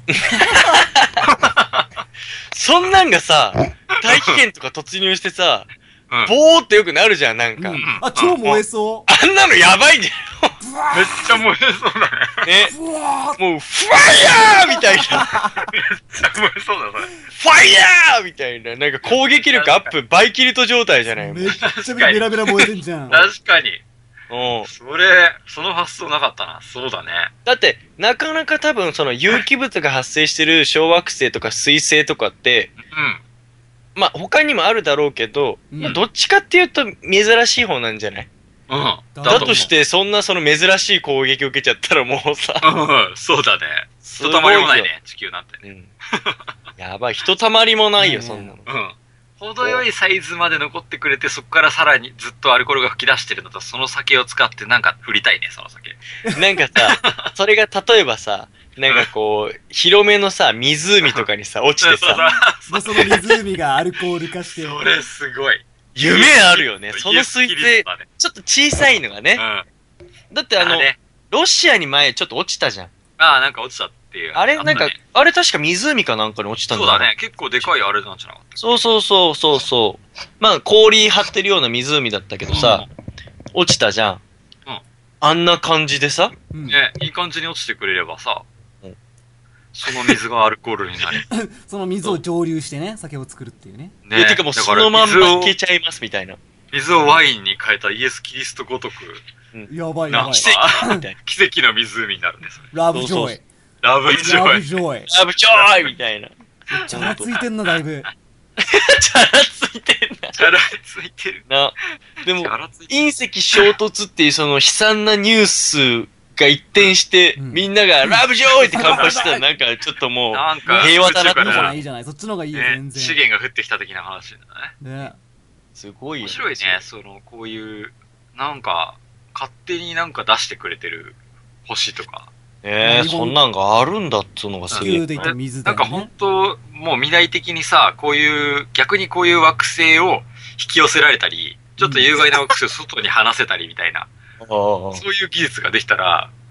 そんなんがさ、大気圏とか突入してさ、 うん。 ボーってよくなるじゃん、なんか。 うんあ、超燃えそあんなのやばいんじめっちゃ燃えそうだね。 ゃん。ね。 う。うわもう、ファイヤーみたいな。 めっちゃ燃えそうだ、それ。 ファイヤーみたいな。なんか攻撃力アップ、バイキルト状態じゃないもん。 ーめっちゃベラベラ燃えてんじゃん。 確かに。 うん。 それ、その発想なかったな。そうだね。 だって、なかなか多分その有機物が発生してる小惑星とか水星とかって、 うん。 まあ他にもあるだろうけど、 うんまあどっちかっていうと珍しい方なんじゃない？ うん。 だだとし。てそんなその珍しい攻撃を受けちゃったらもうさ、 うん、そうだね。 すごいよひとたまりもないね、地球なんて。 うん。やばい、ひとたまりもないよ、 ねえそんなの。 うん。程よいサイズまで残ってくれて、そこからさらにずっとアルコールが吹き出してるのと、その酒を使ってなんか振りたいね、その酒。 なんかさ、それが例えばさ、なんかこう、広めのさ、湖とかにさ、落ちてそうさ、 で、その湖がアルコール化して。 それすごい。 夢あるよね。その水イエスキリ星ス、だねちょっと小さいのがね。 うん。 だってあの、 ね、 ロシアに前ちょっと落ちたじゃん。 ああ、なんか落ちたっていう。 あれなんかったね、 あれ確か湖かなんかに落ちたんだそうだね。結構でかいあれなんじゃなかったそうそうそうそうそう。まあ氷張ってるような湖だったけどさ、落ちたじゃん。 うんあんな感じでさ、 うんね、いい感じに落ちてくれればさ、 うんその水がアルコールになり。 その水を蒸留してね、酒を作るっていうね。 いやてかもうそのまんまいけちゃいますみたいな。 水をワインに変えたイエス・キリストごとく、 やばいやばい。 奇跡みたいな。 奇跡の湖になるんです。 ラブジョイ。 ラブジラブョイ。 ジョイ。 ラブジョイみたいな。 チャラついてんな、だいぶ。 チャラついてんチャラついてる。 な。でもチ、ャラついて隕石衝突っていうその悲惨なニュースが一転して、 うんみんながラブジョイって乾杯してたらなんかちょっともう、 なんか、 平和だなっていいじゃない、 ねいいじゃない。そっちの方がいいよ、全資然。 源が降ってきた的な話だね。 ね。 すごいよ。 面白いね、その、こういう、なんか、勝手になんか出してくれてる星とか。 ええ、そんなんがあるんだっつうのがすげえ地球。で言ったら水だよなんか本ね。 当、もう未来的にさ、こういう、逆にこういう惑星を引き寄せられたり、ちょっと有害な惑星を外に放せたりみたいな、 ああそういう技術ができたら、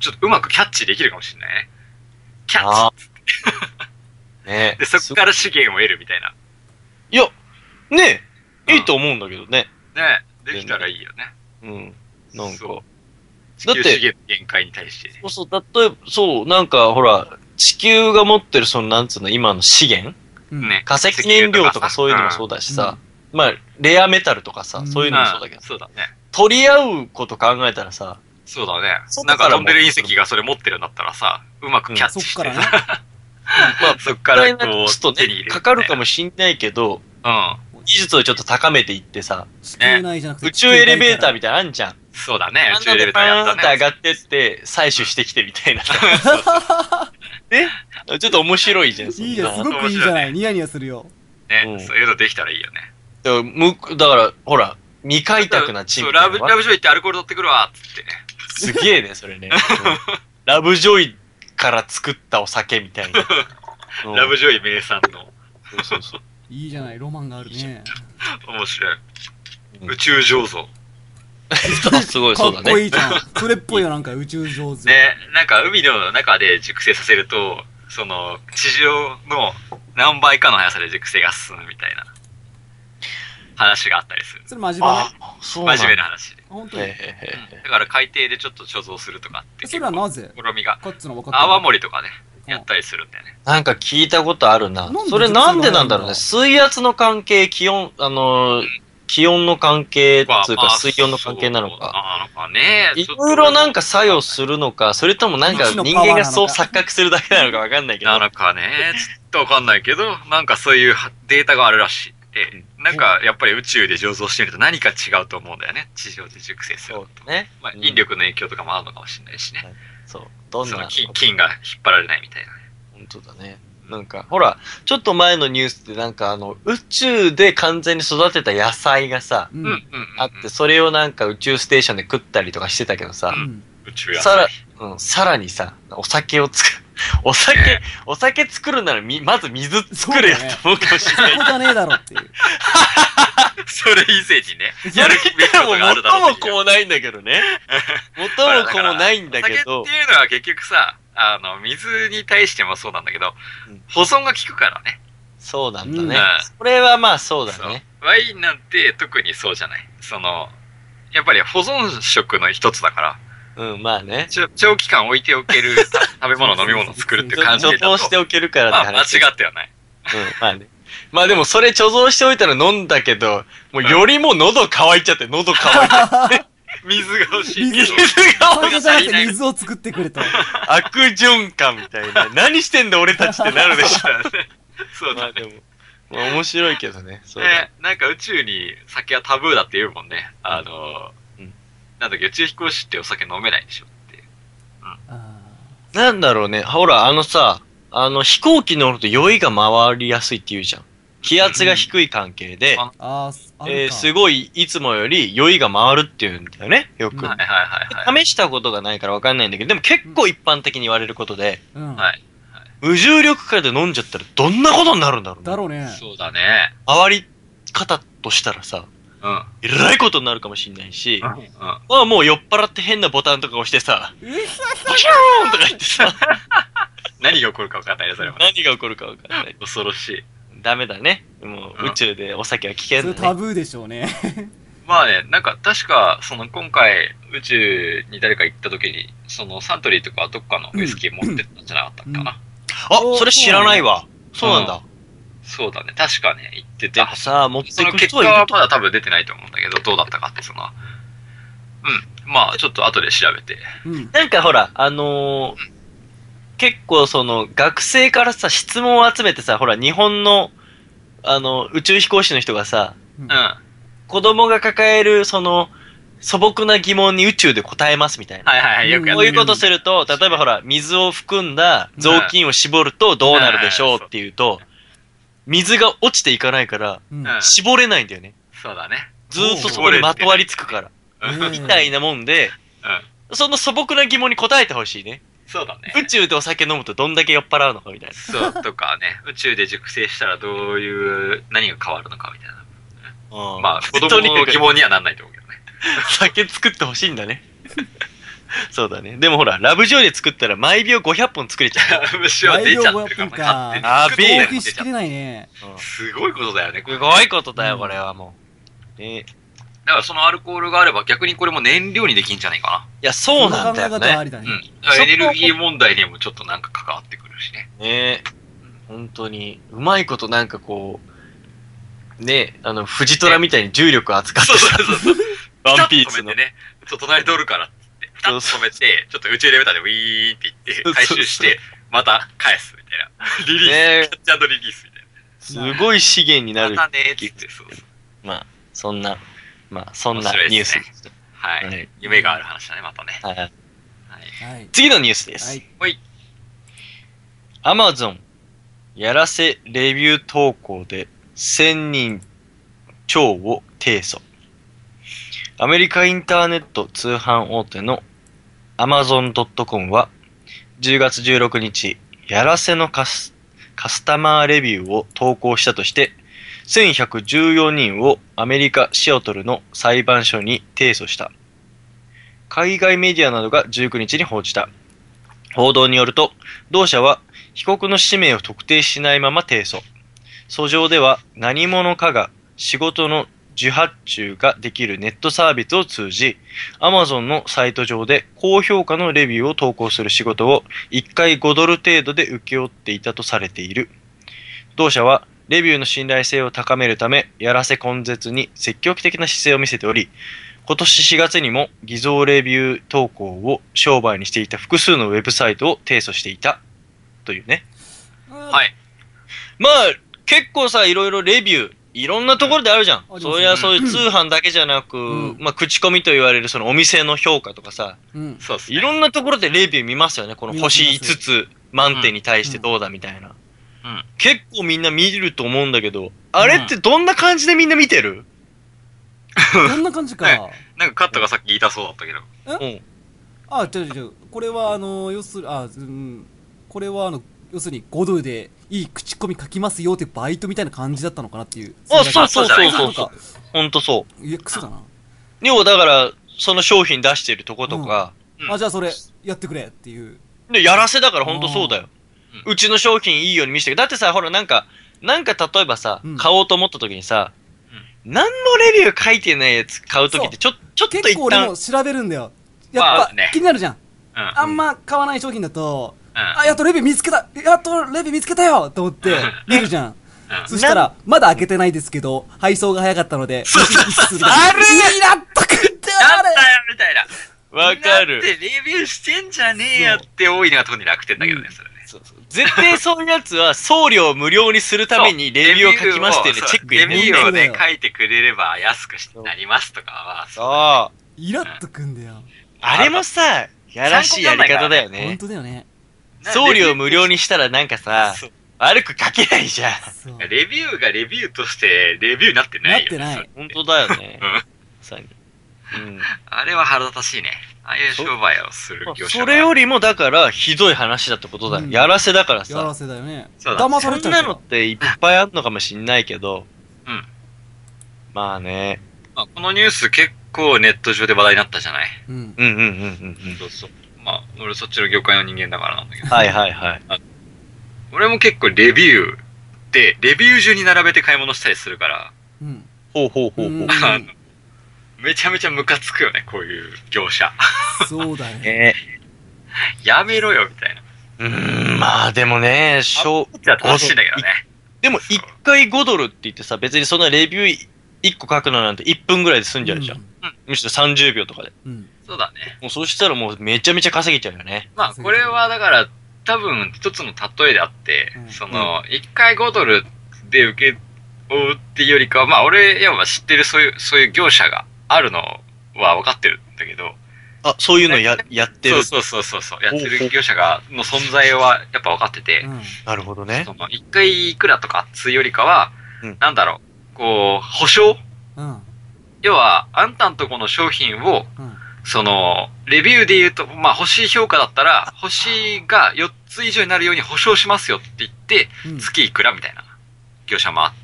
ちょっとうまくキャッチできるかもしれないね。キャッチねで、そこから資源を得るみたいな。 いや、ねえ、いいと思うんだけどね。 ねできたらいいよね。 うん。なんか。 地球資源の限界に対して、ね。 そうそう、例えば、そう、なんかほら、地球が持ってるその、なんつうの、今の資源、 うん、 ね。 化石燃料とかそういうのもそうだしさ、うん、まあ、レアメタルとかさ、うん、そういうのもそうだけど、 そうだね。 取り合うこと考えたらさ、 そうだね。なんか飛んでる隕石がそれ持ってるんだったらさ、うまくキャッチしてさ、うん、そっからね。まあ、そっからこう、手に入れる、 かかるかもしんないけど、 うん。 技術をちょっと高めていってさ、 ね、 宇宙エレベーターみたいなのあんじゃん。 そうだね。宇宙エレベーターやったね。 上がってって、採取してきてみたいな。えちょっと面白いじゃん。 いいじゃん、すごくいいじゃない。ニヤニヤするよ。 ね、うん、そういうのできたらいいよね。 だから、ほら、未開拓なチーム。 そう、ラブ、ラブジョイってアルコール取ってくるわ、つってね。 すげえね、それね。ラブジョイから作ったお酒みたいな。 ラブジョイ名産の。 そうそうそう。 いいじゃない、ロマンがあるね。 面白い。宇宙醸造。 すごい、そうだね。 かっこいいじゃん。それっぽいよ、なんか宇宙醸造。 ね、なんか海の中で熟成させると、その、地上の何倍かの速さで熟成が進むみたいな話があったりする。 それ真面目な真面目な話。 本当に。 だから海底でちょっと貯蔵するとかって。 それはなぜ試みが。 カッツの分かってる。 泡盛とかね、やったりするんだよね。 なんか聞いたことあるな。それなんでなんだろうね。水圧の関係、気温、あのー、気温の関係っていうか、水温の関係なのか。 なのかね。 いろいろなんか作用するのか、それともなんか人間がそう錯覚するだけなのかわかんないけど。 なのかね。ちょっとわかんないけど、なんかそういうデータがあるらしい。で、なんかやっぱり宇宙で醸造してみると何か違うと思うんだよね。地上で熟成すると。 ね。 まあ、引力の影響とかもあるのかもしれないしね。 そう。どんな。 金、金が引っ張られないみたいなね。 本当だね。なんか、ほら、ちょっと前のニュースでなんかあの、宇宙で完全に育てた野菜がさ、 うん、 あって、それをなんか宇宙ステーションで食ったりとかしてたけどさ、 うん、宇宙野菜。 さら、うん、さらにさ、お酒を作る、お酒、お酒作るならみ、まず水作れよって思うかもしれない。 そこじゃねえだろっていう。 それ以前にね。 やるべきことがあるだろう。元も子もないんだけどね。元も子もないんだけど。 お酒っていうのは結局さ、あの、水に対してもそうなんだけど、うん、保存が効くからね。 そうなんだね。うん、それはまあそうだね。 ワインなんて特にそうじゃない。その、やっぱり保存食の一つだから。 うん、まあね。 長期間置いておける食べ物、飲み物を作るって感じだと。 貯蔵しておけるからって話。まあ間違ってはない。 うん、まあね。まあでもそれ貯蔵しておいたら飲んだけど、もうよりも喉乾いちゃって、喉乾いちゃって。 水が欲しい。 水が欲しい。 水を作ってくれと。 悪循環みたいな。何してんだ俺たちってなるでしょ。 そうだね。 まあでも、まあ面白いけどね。そうね、なんか宇宙に酒はタブーだって言うもんね。あの、うん、なんだっけ、宇宙飛行士ってお酒飲めないでしょって。 うん。なんだろうね。ほら、あのさ、あの飛行機乗ると酔いが回りやすいって言うじゃん。気圧が低い関係で、うんえー、すごいいつもより酔いが回るっていうんだよね、よく。 はいはいはい、 試したことがないからわかんないんだけど、でも結構一般的に言われることで、 うんはい、 無重力化で飲んじゃったらどんなことになるんだろうね。 だろうね。 そうだね。 回り方としたらさ、 うん。 えらいことになるかもしんないし、 うん。うん、 まあもう酔っ払って変なボタンとか押してさ、 うバシューンとか言ってさ、 何が起こるか分かんないね、それは。 何が起こるか分かんない。 恐ろしい。 ダメだね。もう宇宙でお酒は危険だね。 それタブーでしょうね。 まあね、なんか確か、その今回宇宙に誰か行った時に、そのサントリーとかどっかのウイスキー持ってったんじゃなかったっけかな。 うんうん、あ、それ知らないわ。そうなんだ。うん、 そうだね、確かね、言ってた。 でもさ、持ってく人その結果はまだ多分出てないと思うんだけど、どうだったかってその、うん。まあちょっと後で調べて。 うん、 なんかほら、あのー、結構その学生からさ、質問を集めてさ、ほら、日本の、あの、宇宙飛行士の人がさ、 うん。 子供が抱える、その、素朴な疑問に宇宙で答えますみたいな。 はいはいはい、よくやってる。 こういうことすると、例えばほら、水を含んだ雑巾を絞るとどうなるでしょうっていうと、水が落ちていかないから、絞れないんだよね。 そうだね。 ずーっとそこにまとわりつくから。みたいなもんで、その素朴な疑問に答えてほしいね。 そうだね。 宇宙でお酒飲むとどんだけ酔っ払うのかみたいな。 そう、とかね、宇宙で熟成したらどういう、何が変わるのかみたいな。まあ、子供の疑問にはなんないと思うけどね。 酒作ってほしいんだね。 そうだね。でもほら、ラブジョイで作ったら毎秒ごひゃっぽん作れちゃう。 虫は出ちゃってるから、 毎秒ごひゃっぽんか勝手にあーべえ消費しきれないね。 すごいことだよね、これすごいことだよ、これはもう。ねだからそのアルコールがあれば逆にこれも燃料にできんじゃないかいや、そうなんだよね。 そんな考え方ありだね。 な。うん。だからエネルギー問題にもちょっとなんか関わってくるしね。 ね本当に、うまいことなんかこう、ねあの、藤虎みたいに重力扱ってそうさ、 そうそうそう。 ワンピースのピタッと止めて。ね、ちょっと隣通るからって言って、ピタッと止めて、ちょっと宇宙エレベーターでウィーンって言って、回収して、また返すみたいな。リリース、 ねキャッチャーリリースみたいすごい資源になな。 る。 またねーって言って、そうそう。 まあ、そんな、まあ、そんな面白いニュースですねです。 はい。 はい夢がある話だね、またね。 はいはい。 はい。 次のニュースです。 はい。 ほい。 アマゾン、やらせレビュー投稿でせんにん超を提訴。アメリカインターネット通販大手の アマゾンドットコム はじゅうがつじゅうろくにち、やらせのカスカスタマーレビューを投稿したとして、せんひゃくじゅうよにんをアメリカ・シアトルの裁判所に提訴した。海外メディアなどがじゅうくにちに報じた。報道によると、同社は被告の氏名を特定しないまま提訴。訴状では何者かが仕事の受発注ができるネットサービスを通じ、Amazon のサイト上で高評価のレビューを投稿する仕事をいっかいごドル程度で請け負っていたとされている。同社はレビューの信頼性を高めるため、やらせ根絶に積極的な姿勢を見せており、今年しがつにも偽造レビュー投稿を商売にしていた複数のウェブサイトを提訴していた。というね。 はい。 まあ、結構さ、いろいろレビュー、いろんなところであるじゃん。 うんそりゃそういう通販だけじゃなく、 うんまあ、口コミと言われるそのお店の評価とかさ、 うん。 そうっすね。 いろんなところでレビュー見ますよね。この見ます星いつつ満点に対してどうだみたいな。 うん。 結構みんな見ると思うんだけど、あれってどんな感じでみんな見てる？ こんな感じか。 なんかカットがさっき言いたそうだったけど。 うん。 あ、違う違う。これは、あの、要する、あ、うん。これは、あの、要するにごドルでいい口コミ書きますよってバイトみたいな感じだったのかなっていう。 あ、そうそうそうそうそうそう。ほんとそいや、クソだな。 う。要はだから、その商品出してるとことか、 うんあ、じゃあそれ、やってくれっていう。 で、やらせだからほんとそうだよ。 うんうちの商品いいように見せてだってさ、ほらなんか、なんか例えばさ、 うん買おうと思った時にさ、何のレビュー書いてないやつ買う時ってちょ、ちょっと一結構俺も旦、 調べるんだよ。やっぱ、 まあね気になるじゃん。 うん。 あんま買わない商品だと、 うんあ、やっとレビュー見つけたやっとレビュー見つけたよと思って見るじゃん。 うんそしたら、まだ開けてないですけど、配送が早かったので、 そうそうそうそうあるイラっとくってあれなんだよみたいな。 わかるだってレビューしてんじゃねえやって多いのが特に楽天だけどね、それね。 そうそう絶対そういうやつは送料無料にするためにレビューを書きましてね、チェックレ入れるビューをねね、 書いてくれれば安くなりますとかは、 そう。 イラっとくんだよ。 あれもさ、やらしいやり方だよ本ね。 当だよね。 送料無料にしたらなんかさそう、 悪く書けないじゃん。 そう。 レビューがレビューとしてレビューになってないよね。 なってないそれ本当だよね。 うんまさに。うん。 あれは腹立たしいね。ああいう商売をする業者はそれよりもだから、ひどい話だってことだよ。 うんやらせだからやらさ。 せだよね。 そうだ騙されちゃうからそんなのっていっぱいあるのかもしんないけど、 うん。 まあね。 まあ、このニュース結構ネット上で話題になったじゃない。 うん。 うんうんうんうんうん。 そうそう。まあ、俺そっちの業界の人間だからなんだけど。 はいはいはい。 俺も結構レビューで、レビュー順に並べて買い物したりするから、 うん。 ほうほうほうほう。 うんあの、めちゃめちゃムカつくよね、こういう業者。 そうだよね。 ねやめろよ、みたいな。 うーん、まあでもね、しょう、 じゃあ正しいんだけどね。 でもいっかいごドルって言ってさ、別にそんなレビューいっこ書くのなんていっぷんぐらいで済んじゃうじゃん。むしろさんじゅうびょうとかで。 うん。 そうだね。 もうそしたらもうめちゃめちゃ稼げちゃうよね。 まあ、これはだから、多分一つの例えであって、 うんその、いっかいごドルで受け負うっていうよりかは、まあ、俺、やっぱ知ってるそういう、そういう業者があるのは分かってるんだけど、 あ、そういうのや、やってる。 そうそうそうそうそう、やってる業者が、の存在はやっぱ分かってて、 うん。 なるほどねそ。の、いっかいいくらとかつうよりかは、 うんなんだろう、こう、保証うん。 要は、あんたんとこの商品を、 うん。 その、レビューで言うと、まあ、星評価だったら、星がよっつ以上になるように保証しますよって言って、 うん。 月いくらみたいな業者もあって、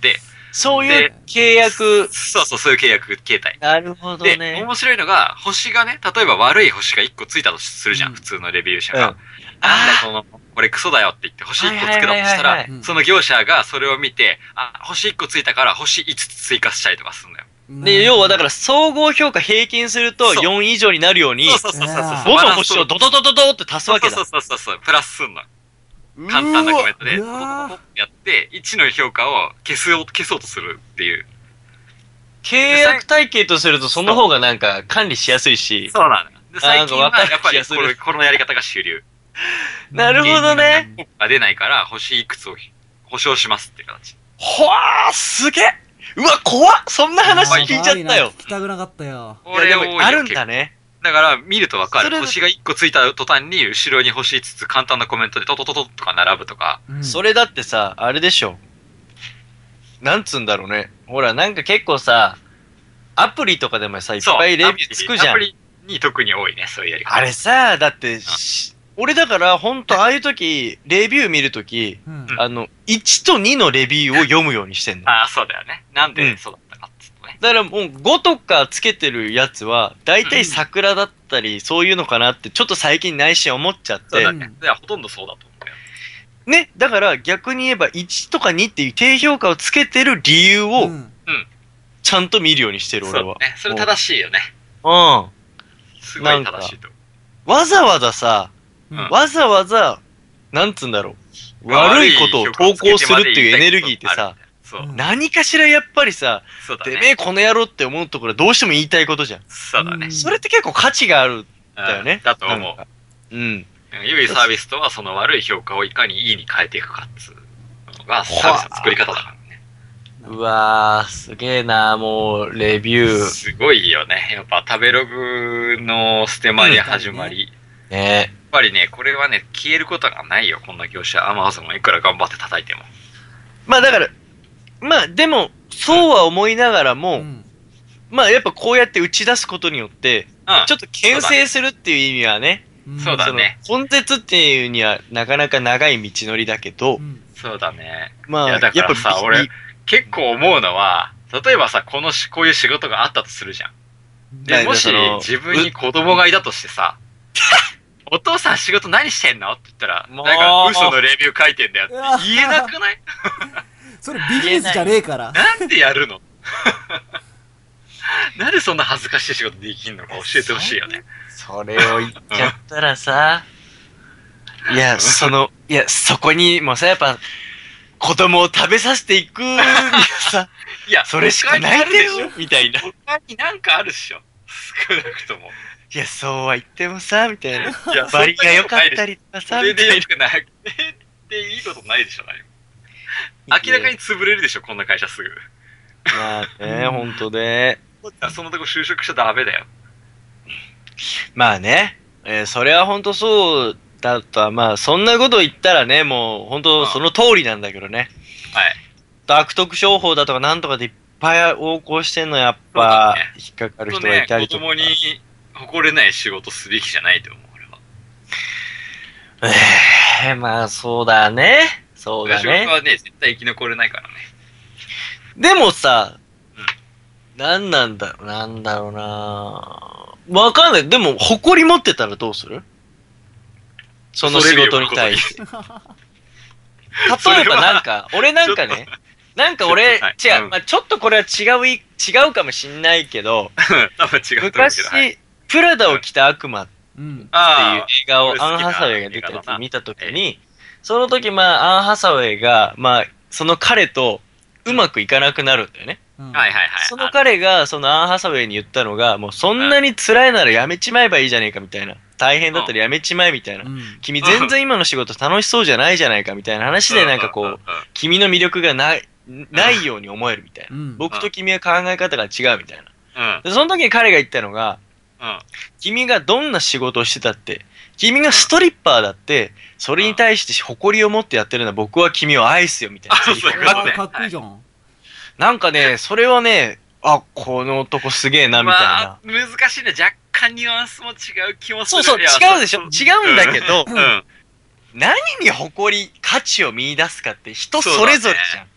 そういう契約。 そうそう、そういう契約形態。 なるほどね。 で、面白いのが、星がね、例えば悪い星がいっこついたとするじゃん、 うん普通のレビュー者が。 うんなんだこの、これクソだよって言って星いっこつけたとしたはいはいはいらはいはい、 その業者がそれを見て、あ、星いっこついたから星いつつ追加したりとかするんだよ。 で、要はだから総合評価平均するとそうよん以上になるように、 そうそうそうそうそう。 あーごの星をドドドドドって足すわけだ。 そうそうそうそう、プラスすんの。簡単なコメントで、 うわーポポポポってやって、いちの評価を消すを、消そうとするっていう。 契約体系とするとその方がなんか管理しやすいし。 そうなのよ。で、最近はなんか分かるやっぱり気がするこれ、このやり方が主流。 なるほどね。 評価が出ないから、星いくつを保証しますっていう形。 ほわー、すげえうわ、怖っそんな話聞いちゃったよ。 聞きたくなかったよ。 いや、でもあるんだね。 だから、見るとわかる。 それ星がいっこついた途端に、後ろに星いつつ簡単なコメントでトトトトとか並ぶとか。 うんそれだってさ、あれでしょ。なんつうんだろうね。ほら、なんか結構さ、アプリとかでもさ、いっぱいレビューつくじゃん。 アプリに特に多いね、そういうやり方。 あれさ、だって、し俺だから、ほんと、ああいう時、レビュー見るとき、 うんあの、いちとにのレビューを読むようにしてんの。 ああ、そうだよね。なんうんでそうだったかっつうとね。 だからもうごとかつけてるやつは、大体桜だったり、そういうのかなって、ちょっと最近内心思っちゃってそうだ。ね。いや、ほとんどそうだと思うよ。 ね、だから逆に言えばいちとかにっていう低評価をつけてる理由うを、 んちゃんと見るようにしてる、俺は。 そうね。それ正しいよね。 うん。 すごい正しいと思わざわざさ、 うんわざわざ、なんつうんだろう。 まあ悪いことを投稿するっていうエネルギーってさ、 う。そう。 うん何かしらやっぱりさ、 そうだてめえね。 この野郎って思うところはどうしても言いたいことじゃん。 そうだね。 うんそれって結構価値があるんだよねうん。だと思うなんか。うん。 良いサービスとはその悪い評価をいかにいいに変えていくかっつうのがサービスの作り方だからね。 うわー、すげえなもう、レビュー。 すごいよね。やっぱ食べログのステマに始まり。 ねやっぱりね、これはね、消えることがないよ。こんな業者。アマゾンがいくら頑張って叩いても。 まあだから、まあでも、そうは思いながらも、 うんまあやっぱこうやって打ち出すことによって、 うん。 ちょっと牽制するっていう意味はね、 うんそうだねその根絶っていうにはなかなか長い道のりだけど、 うんそうだね。 まあ、 いや、だからさ、 やっぱ俺、結構思うのは、例えばさ、このし、こういう仕事があったとするじゃん。で、 はいもしその自分に子供がいたとしてさ、お父さん仕事何してんのって言ったら、 もうなんか嘘のレビュー書いてんだよってうわ言えなくないそれビジネスじゃねえから。 なんでやるのなんでそんな恥ずかしい仕事できんのか教えてほしいよね。 それを言っちゃったらさ、いや、その、いや、そこにもさ、やっぱ、子供を食べさせていくにはさ、 いや、 それしかないんだよ、みたいな。い他になんかあるっしょ。少なくとも。 や、そうは言ってもさ、みたいな。 いや、 バリが良かったりとかさ、 それみたいでよくない。でいいことないでしょ、何も。明らかに潰れるでしょ、こんな会社すぐ。 な。まあね、ほんとね。 そのとこ就職しちゃダメだよ。 まあね、えーそれはほんとそうだとは、まあ、そんなこと言ったらね、もう、ほんとその通りなんだけどね。 はい。 悪徳商法だとかなんとかでいっぱい横行してんのやっそうだぱ、 ね引っかかる人ほんとね、子がいたりとか。 供に誇れない仕事すべきじゃないと思う、俺は。 ええまあそうだね。そうだね。 仕事はね、絶対生き残れないからね。 でもさ、なんなんだろう、なんだろうなわかんない。でも、誇り持ってたらどうするその仕事に対して。例えばなんか、俺なんかね、なんか俺、 ちょっと違う、 はいうんまあちょっとこれは違うい、違うかもしんないけど、 多分違うと思うけ昔ど、はい。、 プラダを着た悪魔ってうんいうあ映画を俺好きなアン・ハサウェイが出たや映画だなつ見たときに、その時まあアン・ハサウェイが、まあその彼とうまくいかなくなるんだよね。 うんはいはいはい。 その彼がそのアン・ハサウェイに言ったのが、もうそんなに辛いならやめちまえばいいじゃねえかみたいな。大変だったらやめちまえみたいなう。ん君全然今の仕事楽しそうじゃないじゃないかみたいな話でなんかこう、君の魅力がない、ないように思えるみたいな。 うん僕と君は考え方が違うみたいな。 うん。うん。 で、その時に彼が言ったのが、 うん。 君がどんな仕事をしてたって、君がストリッパーだって、それに対して誇りを持ってやってるのは僕は君を愛すよみたいなセリフあそういうことねうわかっこいいじゃん。 なんかね、それはね、あ、この男すげえなみたいな。 まあ、難しいね。若干ニュアンスも違う気もする。 そうそう、 いや違うでしょ違うんだけど、 うん。うん何に誇り、価値を見出すかって人それぞれじゃん。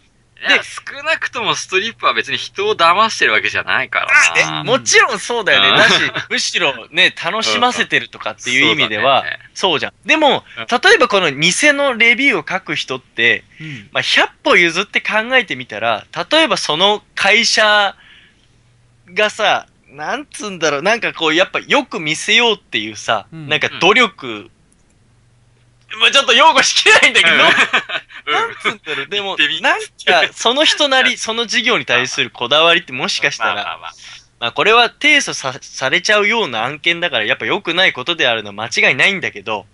いや、少なくともストリップは別に人を騙してるわけじゃないからな。 え、もちろんそうだよね。 うんだし、むしろね、楽しませてるとかっていう意味ではそうだね、 そうじゃん。でも、例えばこの偽のレビューを書く人って、 うん。 まあ、ひゃっぽ譲って考えてみたら、例えばその会社がさ、なんつうんだろう、なんかこう、やっぱよく見せようっていうさ、 うんなんか努力、まあちょっと擁護しきれないんだけど、 うんなんつうんだろう、でも、 言ってみなんか、その人なり、その事業に対するこだわりってもしかしたら、 まあまあまあまあこれは提訴さされちゃうような案件だから、やっぱ良くないことであるのは間違いないんだけど、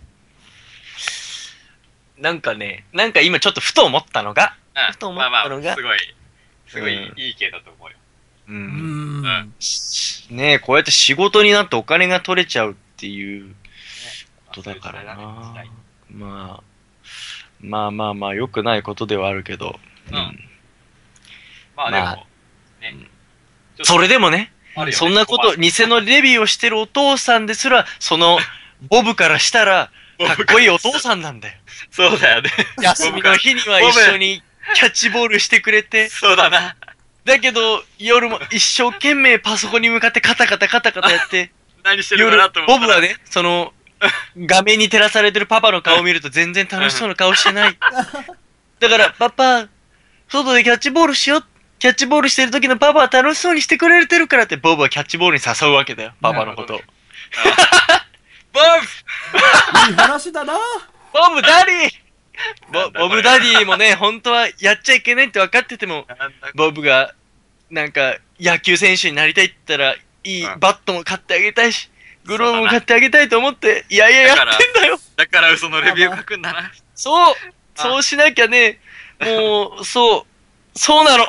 なんかね、なんか今ちょっとふと思ったのが、 うんふと思まあまあ、 ったのがすごい、すごいうんいい意見だと思うよ。 う。 うんん。 んねえ、こうやって仕事になってお金が取れちゃうっていうことだからな。まあ、まあまあまあ、良くないことではあるけど。 うんうんまあでも、 まあね。 それでもね、 あるよねそんなこと、偽のレビューをしてるお父さんですら、その、ボブからしたら、かっこいいお父さんなんだよ。 そうだよね。 休みの日には一緒にキャッチボールしてくれて、 そうだな。 だけど、夜も一生懸命パソコンに向かってカタカタカタカタやって、 何してるのか夜なと、思ったら。 ボブはね、その、画面に照らされてるパパの顔を見ると全然楽しそうな顔してない。だから、パパ、外でキャッチボールしよう。キャッチボールしてる時のパパは楽しそうにしてくれてるからって、ボブはキャッチボールに誘うわけだよ、パパのことを。ボいい話だな。 ブボブダディボなんだこれボブダディもね、本当はやっちゃいけないって分かってても、 なんだボブが、なんか、野球選手になりたいって言ったら、いいうんバットも買ってあげたいし、グローブも買ってあげたいと思って、いやいややってんだよ。 だから嘘のレビュー書くんだな。 そうそうしなきゃね、もう、そう、そうなの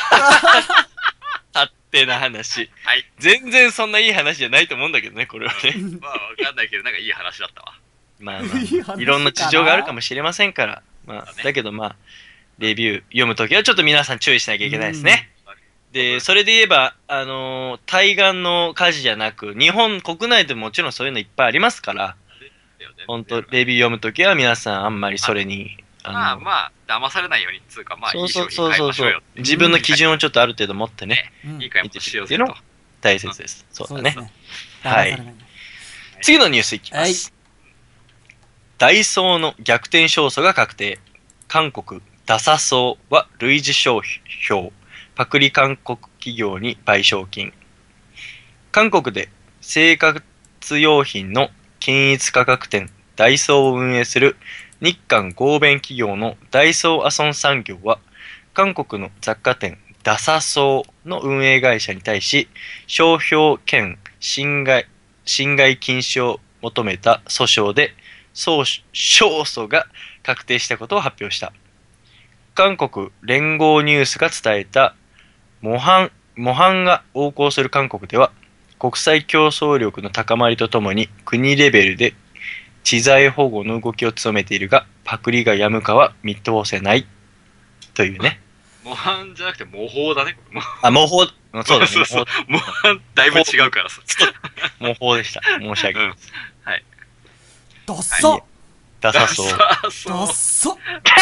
勝手な話。 はい。 全然そんないい話じゃないと思うんだけどね、これはね。 まあわかんないけど、なんかいい話だったわ。 まあいい話かまあ、 ないろんな事情があるかもしれませんから。まあ、 そうだねだけどまあ、レビュー読むときはちょっと皆さん注意しなきゃいけないですね。で、それで言えば、あのー対岸の火事じゃなく、日本国内でももちろんそういうのいっぱいありますから、本当レビュー読むときは皆さんあんまりそれに、あのまあまあ、騙されないようにっつうか、まあいそうそうい商品買いそうそうそうましょうよ。 自分の基準をちょっとある程度持ってね、 うんいい買い物しようぜと見てる。大切です。そうだね。はい騙されない次のニュースいきます。ダイソーの逆転勝訴が確定。韓国ダサソーは類似商標。パクリ韓国企業に賠償金。韓国で生活用品の均一価格店ダイソーを運営する日韓合弁企業のダイソーアソン産業は、韓国の雑貨店ダサソーの運営会社に対し、商標権侵害、侵害禁止を求めた訴訟で、総勝訴が確定したことを発表した。韓国連合ニュースが伝えた模範、模範が横行する韓国では、国際競争力の高まりとともに国レベルで知財保護の動きを強めているが、パクリが止むかは見通せないというね。 模範じゃなくて模倣だね。模あ、模倣、そうだね。 そうそう模範だいぶ違うからさ。 模倣でした。申し訳ない。 はい。 ダッサダサそう。 ダダサッサ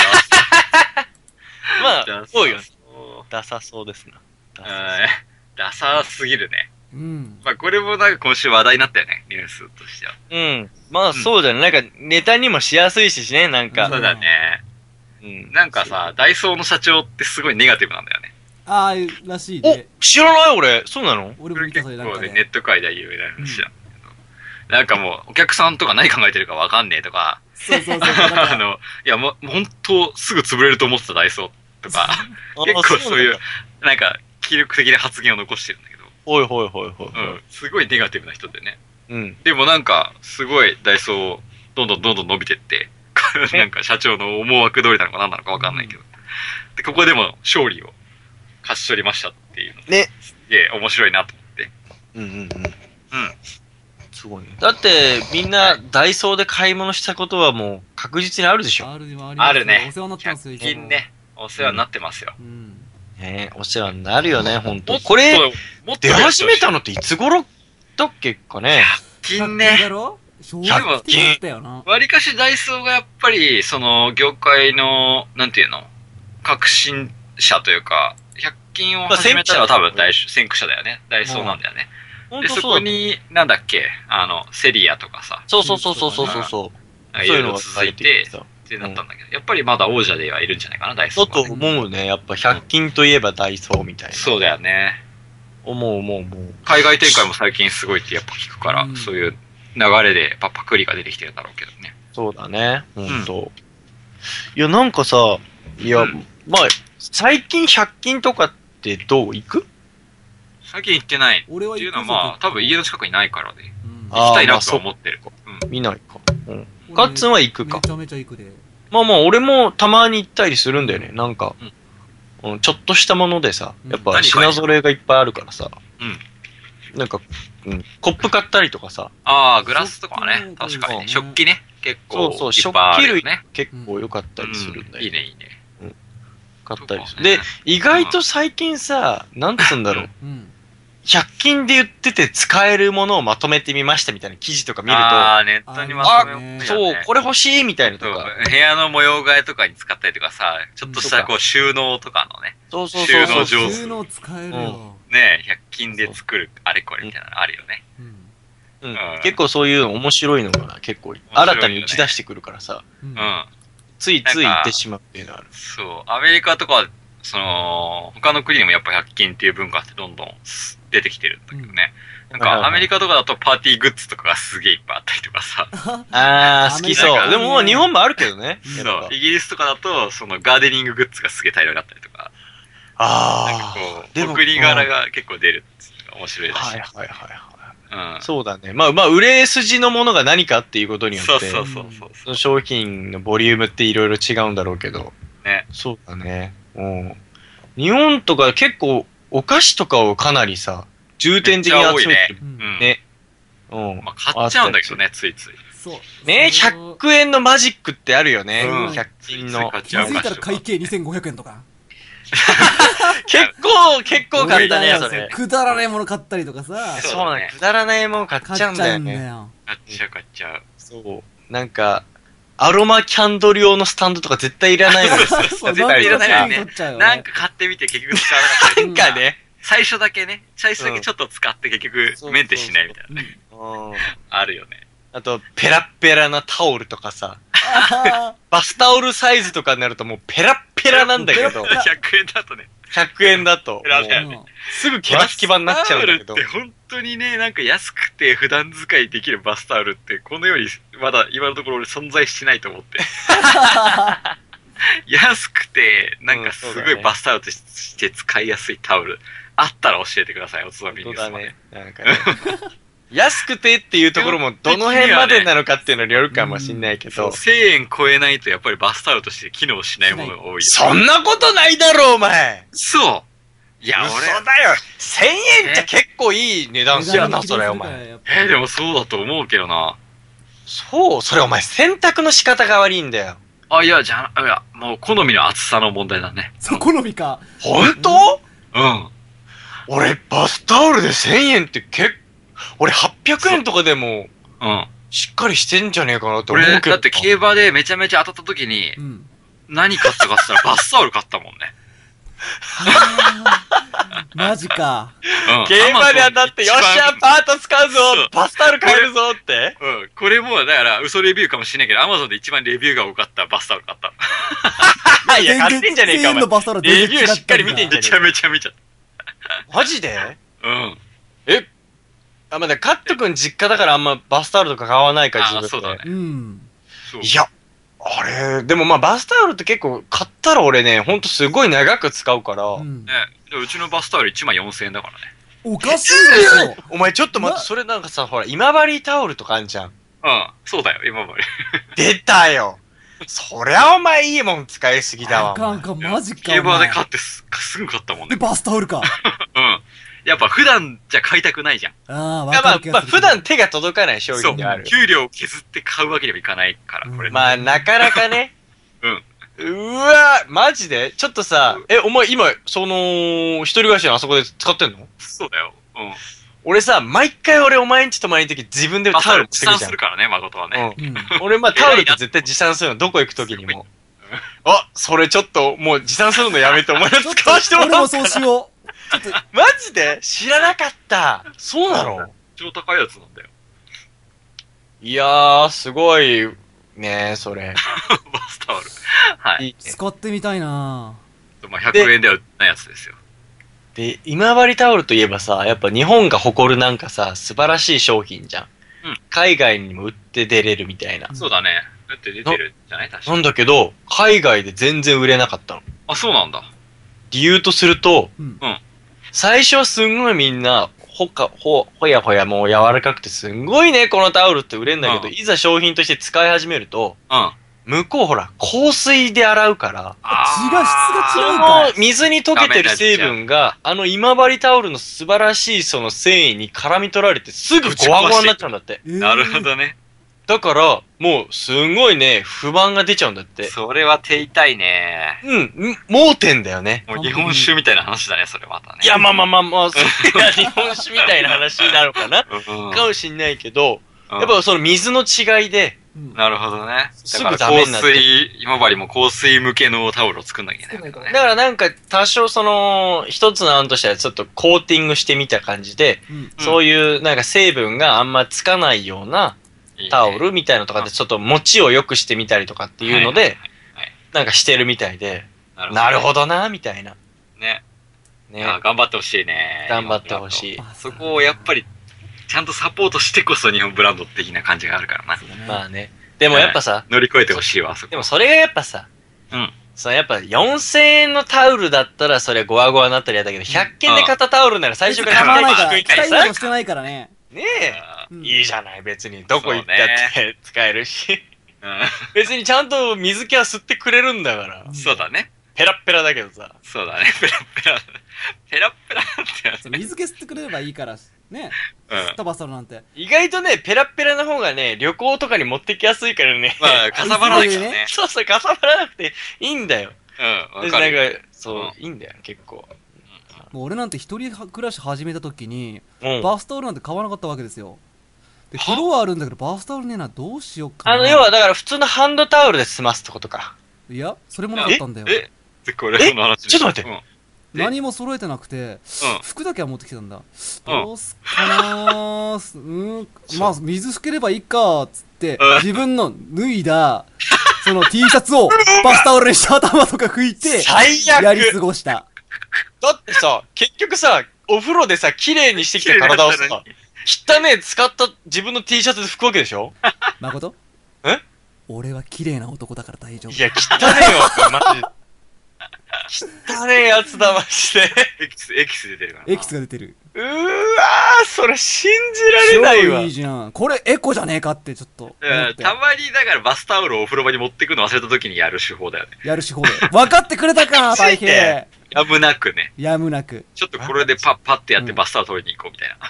まあ、 ダそうよ。 そうダサそうですな。ダサうんダサすぎるね。 うんまあこれもなんか今週話題になったよね、ニュースとしては。 そううん。まあ、そうだね。なんか、ネタにもしやすいしね、なんか。 そうだね。 うん。 なんかさ、ダイソーの社長ってすごいネガティブなんだよね。 ああらしいおね、 知らない俺。そうなの俺も見たそれなんか結構ね、ネねット界では有名な話なんだけど。なんかもう、お客さんとか何考えてるかわかんねえとか、 そうそうそうなんかあの、いやもう、本当すぐ潰れると思ってたダイソーとか、結構そういう、なんか、気力的な発言を残してるんだけど、 ほいほいほいほい。 うん、すごいネガティブな人でね。 うん。 でもなんか、すごいダイソー、どんどんどんどん伸びてって、なんか社長の思惑通りなのか何なのかわかんないけど。で、ここでも勝利を勝ち取りましたっていうの。 ね。 すげえ面白いなと思って。 うんうんうん。 うん。 すごいね。だって、みんな、ダイソーで買い物したことはもう確実にあるでしょ。 あるよあるね。 お世話になってますよひゃく均ね、お世話になってますよ。 うんねお世話になるよね、ほんと。 もっとこれ、、 もっと出始めたのっていつ頃だっけかね。 金だね。 ろ衝撃ひゃく的だったよなわりかしダイソーがやっぱり、その、業界の、なんていうの革新社というか、ひゃく均を始めたのは多分ダイ先駆者だよね。ダイソーなんだよね。で、そこに、なんだっけ、あの、セリアとかさ。 そうそうそうそうそうそう。 いろいろ続いて、ってなったんだけど、やっぱりまだ王者ではいるんじゃないかな、ダイソー。 だと思うね。やっぱひゃく均といえばダイソーみたいな。 そうだよね。 思う思う思う。 海外展開も最近すごいってやっぱ聞くから、そういう流れでパパクリが出てきてるんだろうけどね。 そうだね。ほんと。いや、なんかさ、いや、まあ、最近ひゃく均とかってどう行く？ 最近行ってない。 俺は行くっていうのはまあ、多分家の近くにないからね。行きたいなとは思ってる。 見ないか。うん。カッツンは行くか。 めちゃめちゃ行くで。 まあまあ、俺もたまに行ったりするんだよね。なんか、うん、ちょっとしたものでさ、やっぱ品揃えがいっぱいあるからさ。うん。なんか、うん、コップ買ったりとかさ。 ああ、グラスとかはね。確かにね。食器ね。結構。 そうそう、食器類ね。結構良かったりするんだよ。 いいね、いいね。 うん。買ったりする。で、意外と最近さ、なんつうんだろう。ひゃく均で言ってて使えるものをまとめてみましたみたいな記事とか見ると。 ああ、ネットにまとめあ、そう、これ欲しいみたいなとか。 部屋の模様替えとかに使ったりとかさ、ちょっとしたこう収納とかのね。 そうそうそう。 収納上手。 収納使えるよ。 ねえ、ひゃく均で作るあれこれみたいなのあるよね。 うん。結構そういうの面白いのが結構新たに打ち出してくるからさ。うん。ついつい行ってしまうっていうのある。 そう。アメリカとかは、その、他の国にもやっぱひゃく均っていう文化ってどんどん出てきてるんだけどね。なんかアメリカとかだとパーティーグッズとかがすげえいっぱいあったりとかさ。 あー、好きそう。でももう日本もあるけどね。 そう。イギリスとかだと、そのガーデニンググッズがすげえ大量にあったりとか。 あー。 なんかこう、お国柄が結構出るっていうのが面白いらしい。 はいはいはいはい。うん。そうだね。まあまあ、売れ筋のものが何かっていうことによって、 そうそうそうそう。商品のボリュームっていろいろ違うんだろうけど。 ね。 そうだね。うん。日本とか結構お菓子とかをかなりさ、重点的に集めてる。ね。 うん。まあ買っちゃうんだけどね、ついつい。 そう。 ね、ひゃくえんのマジックってあるよね。ひゃく均の。 気づいたら会計にせんごひゃくえんとか。 結構、結構買ったね、それ。 くだらないもの買ったりとかさ。 そうだね。くだらないもの買っちゃうんだよね。 買っちゃう買っちゃう。 そう。なんか、アロマキャンドル用のスタンドとか絶対いらないの。 絶対いらないよね。なんか買ってみて結局使わなかったり。 なんかね。 最初だけね、最初だけちょっと使って結局メンテしないみたいなね。あるよね。 あと、ペラッペラなタオルとかさ。バスタオルサイズとかになるともうペラッペラなんだけど。 ひゃくえんだとね。 ひゃくえんだと。すぐケバスケバになっちゃうんだけど。 バスタオルって本当にね、なんか安くて普段使いできるバスタオルってこのようにまだ今のところ俺存在してないと思って。安くて、なんかすごいバスタオルとして使いやすいタオル。あったら教えてください、おつまみニュースまで。 なんかね。安くてっていうところもどの辺までなのかっていうのによるかもしんないけど。 せんえん超えないとやっぱりバスタオルとして機能しないものが多い。 そんなことないだろ、お前。 そういや、俺。 そうだよ。せんえんって結構いい値段するな、それ、お前。 え、でもそうだと思うけどな。 そうそれお前選択の仕方が悪いんだよ。 あ、いや、じゃあ、いや、もう好みの厚さの問題だね。 そう、好みか。 ほんと？ うん。 俺、バスタオルでせんえんって結構、俺はっぴゃくえんとかでも、 うん。 しっかりしてんじゃねえかなと思うけど。 俺、だって競馬でめちゃめちゃ当たった時に、うん、何買ったかって言ったらバスタオル買ったもんね。 マジか。 うん。 競馬で当たって、よっしゃ、パート使うぞ、バスタオル買えるぞって。 うん。これも、だから、嘘レビューかもしれないけど、アマゾンで一番レビューが多かったバスタオル買った。 いや、買ってんじゃねえか、お前。レビューしっかり見てんじゃねえか。 めちゃめちゃ見ちゃった。 マジで？ うん。 えあ、まだ、カット君実家だからあんまバスタオルとか買わないから、 自分で。あ、そうだね。 うん。 いや、あれ、でもまあバスタオルって結構買ったら俺ね、ほんとすごい長く使うから。 うん、ね、うちのバスタオルいちまんよんせんえんだからね。 おかしいでしょ。 お前ちょっと待って、それなんかさ、ほら、今治タオルとかあんじゃん。 うん、そうだよ、今治。 出たよ。そりゃお前いいもん使いすぎだわ。 あかんか、マジか。 競馬で買ってす、すぐ買ったもんね。 で、バスタオルか。 うん。やっぱ普段じゃ買いたくないじゃん。 ああ、わかる気がする。まあ、まあ、普段手が届かない商品である。 そう、給料を削って買うわけにはいかないから、これ。 まあ、なかなかね。 うん。 うわマジでちょっとさ、え、お前今、その、一人暮らしのあそこで使ってんの？ そうだよ。うん。 俺さ、毎回俺お前んち泊まりの時自分でタオル持ってくるじゃん。 持参するからね、誠はね。 うん。俺まあタオルって絶対持参するの、どこ行く時にも。 あ、それちょっと、もう持参するのやめて、お前ら使わせてもらおうかな。 俺もそうしよう。ちょっと、 マジで知らなかった。そうなの？ 超高いやつなんだよ。 いやー、すごい、ねそれ。 バスタオル。はい。 いいね使ってみたいなまあ、ひゃくえんでは売ってないやつですよ。 で、今治タオルといえばさ、やっぱ日本が誇るなんかさ、素晴らしい商品じゃん。 うん。 海外にも売って出れるみたいな。 そうだね。だって出てるんじゃない確かに。 なんだけど、海外で全然売れなかったの。 あ、そうなんだ。 理由とすると、 うん。 うん。 最初はすんごいみんな、ほか、ほ、ほやほやもう柔らかくてすんごいね、このタオルって売れんだけど、 うんいざ商品として使い始めると、 うん。 向こうほら、香水で洗うから、 血が質が違うんそかいの水に溶けてる成分が、あの今治タオルの素晴らしいその繊維に絡み取られてすぐゴワゴワになっちゃうんだって。 えーなるほどね。 だから、もうすんごいね、不満が出ちゃうんだって。 それは手痛いね。 うん、ん盲点だよね。 もう日本酒みたいな話だね、それまたね。 いや、まあまあまあまあ、それが日本酒みたいな話なのかなうん、 かもしんないけど、 うんやっぱその水の違いで、 うんなるほどね。 すぐだから香ダメになって水、今治も香水向けのタオルを作んなきゃいけないわけだね。 だからなんか多少その、一つの案としてはちょっとコーティングしてみた感じで、 うん。 そういうなんか成分があんまつかないようないいねタオルみたいなのとかでちょっと持ちを良くしてみたりとかっていうので、 はいはいなんかしてるみたいで、 はいなるほどな、みたいな。 ね。いね。 や頑張ってほしいね。 頑張ってほしい。 そこをやっぱり、ちゃんとサポートしてこそ日本ブランド的な感じがあるからな。 まあね。でもやっぱさ、 乗り越えてほしいわ、あそこ。 でもそれがやっぱさ、 うん。 そのやっぱよんせんえんのタオルだったらそれゴワゴワになったりやだけど、ひゃく均で買ったタオルなら最初から構わないから、 低いからさ使いなど、してないからね。 ねえ、 うんいいじゃない、別に。どこ行ったっそうて使えるし。 う別にちゃんと水気は吸ってくれるんだから。 ん。そうだね。 ペラッペラだけどさ。 そうだね。ペラッペラ。ペラッペラってやつそう水気吸ってくれればいいから、ね。 うん吸ったバスタオルなんて。 意外とね、ペラッペラの方がね、旅行とかに持ってきやすいからね。 まあ、かさばらないからね。 そうそう、かさばらなくていいんだよ。 うん、わでかるよ。 なんか、そう、 うんいいんだよ、結構。 もう俺なんて一人暮らし始めた時に、 うん。 バスタオルなんて買わなかったわけですよ。で、風呂はあるんだけど、バスタオルねえな、どうしようかな。 あの、要はだから普通のハンドタオルで済ますってことか。 いや、それもなかったんだよ。 えでこれ、 えその話。 ちょっと待ってうん。 何も揃えてなくて、 うん服だけは持ってきたんだ。 うんどうすっかなーす、うん、まあ、水拭ければいいか、つってうん、 自分の脱いだ、その T シャツをバスタオルにして頭とか拭いて、 最悪やり過ごした。 だってさ、結局さ、お風呂でさ、綺麗にしてきた体をさ綺麗だったのに、 汚ねえ使った自分の T シャツで拭くわけでしょ誠え俺は綺麗な男だから大丈夫。 いや、汚ねえよ、マジで。汚ねえやつだ、マジで。 エキス、エキス出てるからな。 エキスが出てる。 うーわー、それ信じられないわ。 超いいじゃん。これエコじゃねえかってちょっと思って。 うんたまにだからバスタオルをお風呂場に持ってくの忘れた時にやる手法だよね。 やる手法で。分かってくれたか大平。 やむなくね。 やむなく。 ちょっとこれでパッパってやってうんバスタオル取りに行こうみたいな。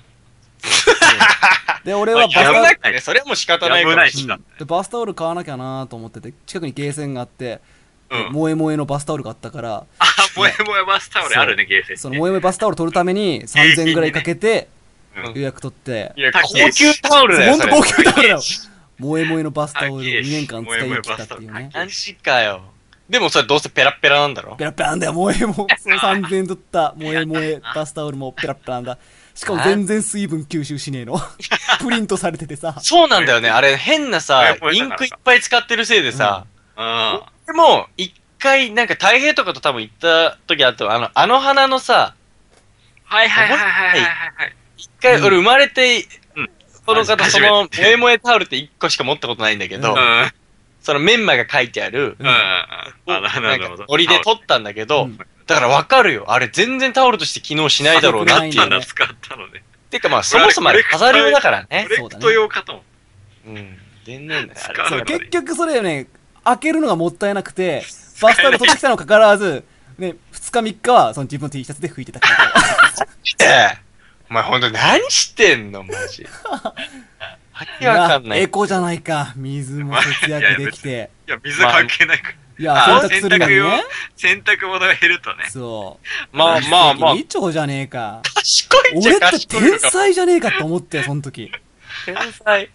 で、俺はバスやタオル、 むなくね、それはもう仕方ないかやむもしれないしな。 でバスタオル買わなきゃなと思ってて、近くにゲーセンがあって、 うん。 萌え萌えのバスタオルがあったから、 あ、萌え萌えバスタオルあるね、ゲーセンそのね。 萌え萌えバスタオル取るためにさんぜんえんぐらいかけてうん予約取って、 いや、 高い高級タオルだよ、それ。 ほんと高級タオルだよ。萌え萌えのバスタオルを高いにねんかん使い切ったっていうね。 マジかよ。でもそれどうせペラッペラなんだろペラペラなんだよ、萌え萌え。そのさんぜんえん取った萌え萌えバスタオルもペラペラなんだ。しかも全然水分吸収しねえの。プリントされててさ。 そうなんだよね。あれ変なさ、 これインクいっぱい使ってるせいでさ、 うん。 でも、一回、なんか太平とかと多分行った時あと、あの、あの花のさ、 はいはいはいはいはいはい。 一回、 うん俺生まれて、 うんその方、 初その、 初めて萌え萌えタオルって一個しか持ったことないんだけど、 うんうん。 そのメンマが書いてある、 うんうんうん。あ、ななんるほど。 か、折りで取ったんだけど、 うんだからわかるよ。あれ全然タオルとして機能しないだろうなっていう。 あよくないんだよね使ったのね。 てかまあ、そもそもあれ飾り用だからねコ。レクト用かと思う。 うん。全然だよ。あれ使うそうの結局それよね、開けるのがもったいなくて、バスタオル取ってきたのかかわらず、ね、ふつかみっかはその自分の T シャツで拭いてたから。 ええお前ほんと何してんのマジ。わけわかんない。 エコじゃないか。水も節約できて。 いや、水関係ないから。 いや、 あ洗濯するのにね。 洗濯物が減るとね。 そう。 まあまあまあ、 一丁じゃねえか。 賢いっちゃ俺って賢いのか。 天才じゃねえかと思って、その時。 天才。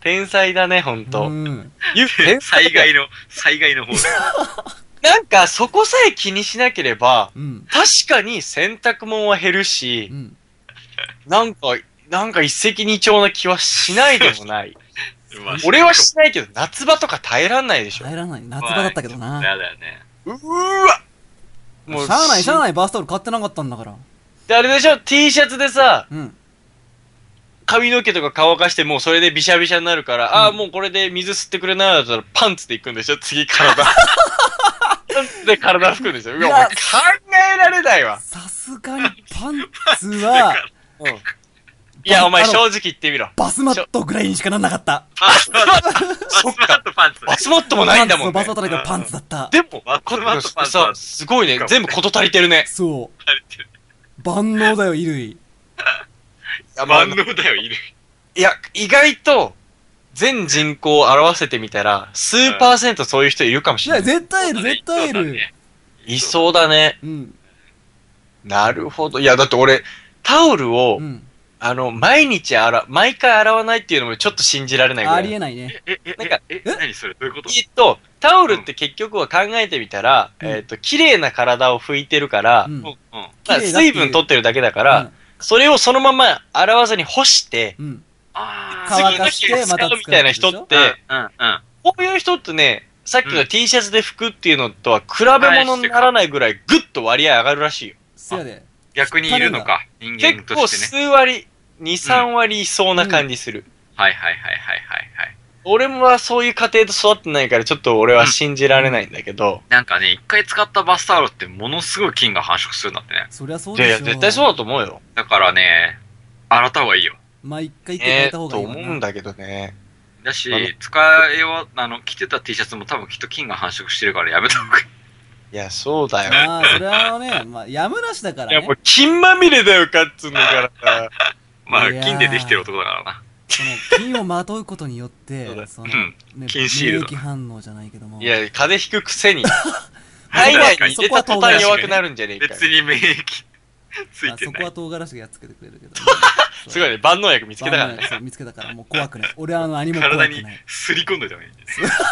天才だね、ほんと。 うん。 ゆ天才災害の、災害の方だよ。 なんか、そこさえ気にしなければ、 うん。 確かに洗濯物は減るしう、ん。 なんか、なんか一石二鳥な気はしないでもない。 まあ俺はしないけど、夏場とか耐えらんないでしょ。 入らない。夏場だったけどな。 やだよね。 うーわもうしゃあない、しゃあい。 ない、バスタオル買ってなかったんだから。 で、あれでしょ ?T シャツでさ、 うん。 髪の毛とか乾かしてもうそれでビシャビシャになるから、ああ、もうこれで水吸ってくれないだったらパンツで行くんでしょ次体。パンツで体拭くんでしょうわ、 いやお前考えられないわ。 さすがにパンツは、 うん。いや、お前あの正直言ってみろ。 バスマットぐらいにしかなんなかった。 バスマット、バスマットパンツ。 バスマットもないんだもんねパンツのバスマッ。トだけどパンツだった。 でも、 バスマットパンツさは、 すごいね。全部事足りてるね。 そう。万能だよ、衣類。 いや、まあ万能だよ、いる。 いや、意外と、全人口を表せてみたら、数パーセントそういう人いるかもしいや、 れない。 絶対いる、絶対いる。 いそうだね。 うん。 なるほど。いや、だって俺、タオルを、 うん。 あの、毎日洗う、毎回洗わないっていうのもちょっと信じられないぐらい。 ありえないね。 え、え、 なんかえ、 え何それどういうことえっと、タオルって結局は考えてみたら、 うんえっと、綺麗な体を拭いてるから、 うん。 うん、うん。 まあ綺麗だっていう水分取ってるだけだから、それをそのまま洗わずに干して、 うん。 あ乾かー、 してまた使うみたいな人って、 うん、うん。 こういう人ってね、さっきのうん T シャツで拭くっていうのとは比べ物にならないぐらいぐっと割合上がるらしいよ。 せやで。 逆にいるのか、人間結構としてね。 数割、に、さん割いそうな感じする。 はいはいはいはいはいはい。 俺もはそういう家庭と育ってないからちょっと俺は信じられないんだけど。 なんかね、一回使ったバスタオルってものすごい菌が繁殖するんだってね。 そりゃそういやいや、 でしょ。 絶対そうだと思うよ。 だからね、洗った方がいいよ。 まあ、一回言って変ええた方ー、とがいいわな。 思うんだけどね。 だしあの、 使いを、あの、着てた T シャツも多分きっと菌が繁殖してるからやめた方がいい。 いや、そうだよ。 まあ、それはね、まあ、やむなしだからいや、もうね。 金まみれだよ、かっつうんだからさ。 まあ、 いやー金でできてる男だからな。 その、菌をまとうことによってそうだ、 その、 うんね、 菌シールド免疫反応じゃないけども。 いや、風邪ひくくせに。体内に入れた途端弱くなるんじゃねえかよ。 別に免疫ついあてない。 そこは唐辛子がやっつけてくれるけど、ね。 すごいね、万能薬見つけたからね。 そう見つけたから、もう怖くない。俺はあの、何も怖く体にない。 すり込んでた方がいいんじ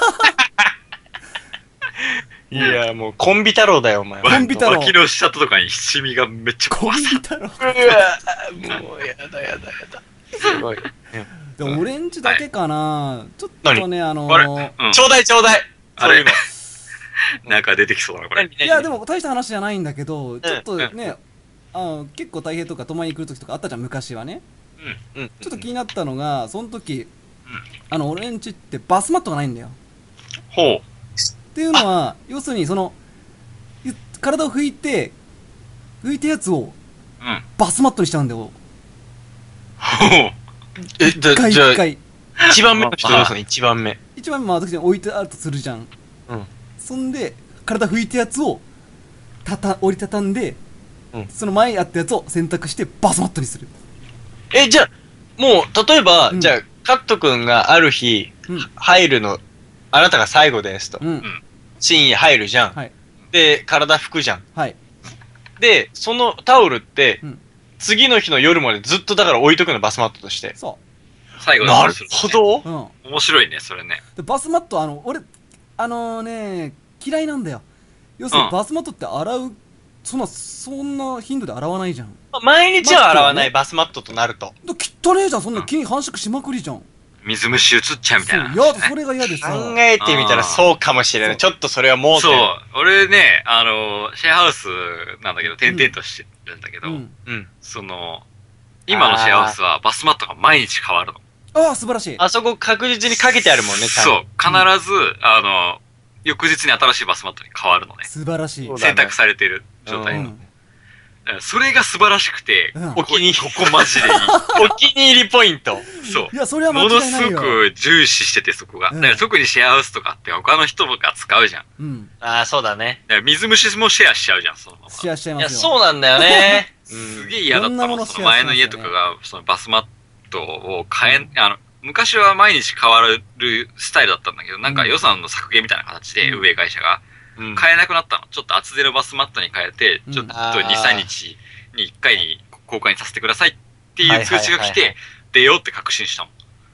いや、もうコンビ太郎だよ、お前。 コンビ太郎脇の下とかにシミがめっちゃコン怖さ。 ビ太郎。 うわもうやだやだやだ。すごい。 でも、オレンジだけかな、ちょっとね、あのあれー、 うん。 ちょうだいちょうだい。 あれそういうの。 なんか出てきそうだな、これ。 いや、でも大した話じゃないんだけど、ちょっとうんね、あの結構大変とか泊まりに来る時とかあったじゃん、昔はね。 うん。 ちょっと気になったのが、その時、あの、オレンジってバスマットがないんだよ。 ほう。 っていうのは、要するにその、ゆ体を拭いて、拭いたやつをうん。 バスマットにしちゃうんだよ。 ほう。 え、 一回じゃあ、 一回。 一番目の人どうするの一番目。 一番まあ私に置いてあるとするじゃん。 うん。 そんで、体拭いたやつを、たた、折りたたんで、 うんその前やったやつを洗濯してバスマットにする。 え、じゃあ、もう、例えば、 うんじゃあ、カット君がある日、 うん。 入るの、あなたが最後ですと。 うん。 深夜入るじゃん。 はい。 で、体拭くじゃん。 はい。 で、そのタオルって、 うん次の日の夜までずっとだから置いとくの、バスマットとして。 そ最後なるすねほ。ど。 う。うん。 面白いね、それね。 でバスマット、あの、俺、あのね、嫌いなんだよ。要するにうんバスマットって洗う、そんな、そんな頻度で洗わないじゃん。 まあ毎日は洗わないマバスマットとなると。 で汚ねえじゃん、そんな菌繁殖しまくりじゃん。 水虫移っちゃうみたいな。 そう、やだ、それが嫌でさ。 考えてみたらそうかもしれない。 あーちょっとそれはもうそう。俺ね、あの、シェアハウスなんだけど、点々としてるんだけど、 うん。 うん。 その、今のシェアハウスはバスマットが毎日変わるの。 ああ、素晴らしい。 あそこ確実にかけてあるもんね、ちゃんそとう。必ず、あの、翌日に新しいバスマットに変わるのね。 素晴らしい。 そうだね選択されてる状態の。 うん。 それが素晴らしくて、 うんここに、ここマジでいい。 お気に入りポイント。 そう。 いや、それは間ものすご違いないよ。 く重視してて、そこが。 うんだから特にシェアハウスとかって他の人が使うじゃん。 うん。 ああ、そうだね。 だから水虫もシェアしちゃうじゃん、そのまま。 シェアしちゃいいや、 ますよ。 そうなんだよね。 すげえ嫌だったの。 いろんなものその前の家とかシェアしが、そのバスマットを変え、あの、昔は毎日変わるスタイルだったんだけど、なんか予算の削減みたいな形で、 うん運営会社がうん。 変えなくなったの。ちょっと厚手のバスマットに変えて、 うんちょっとあーに、さんにちにいっかいに交換にさせてくださいっていう通知が来はいはいはいはいて、出ようって確信したもん。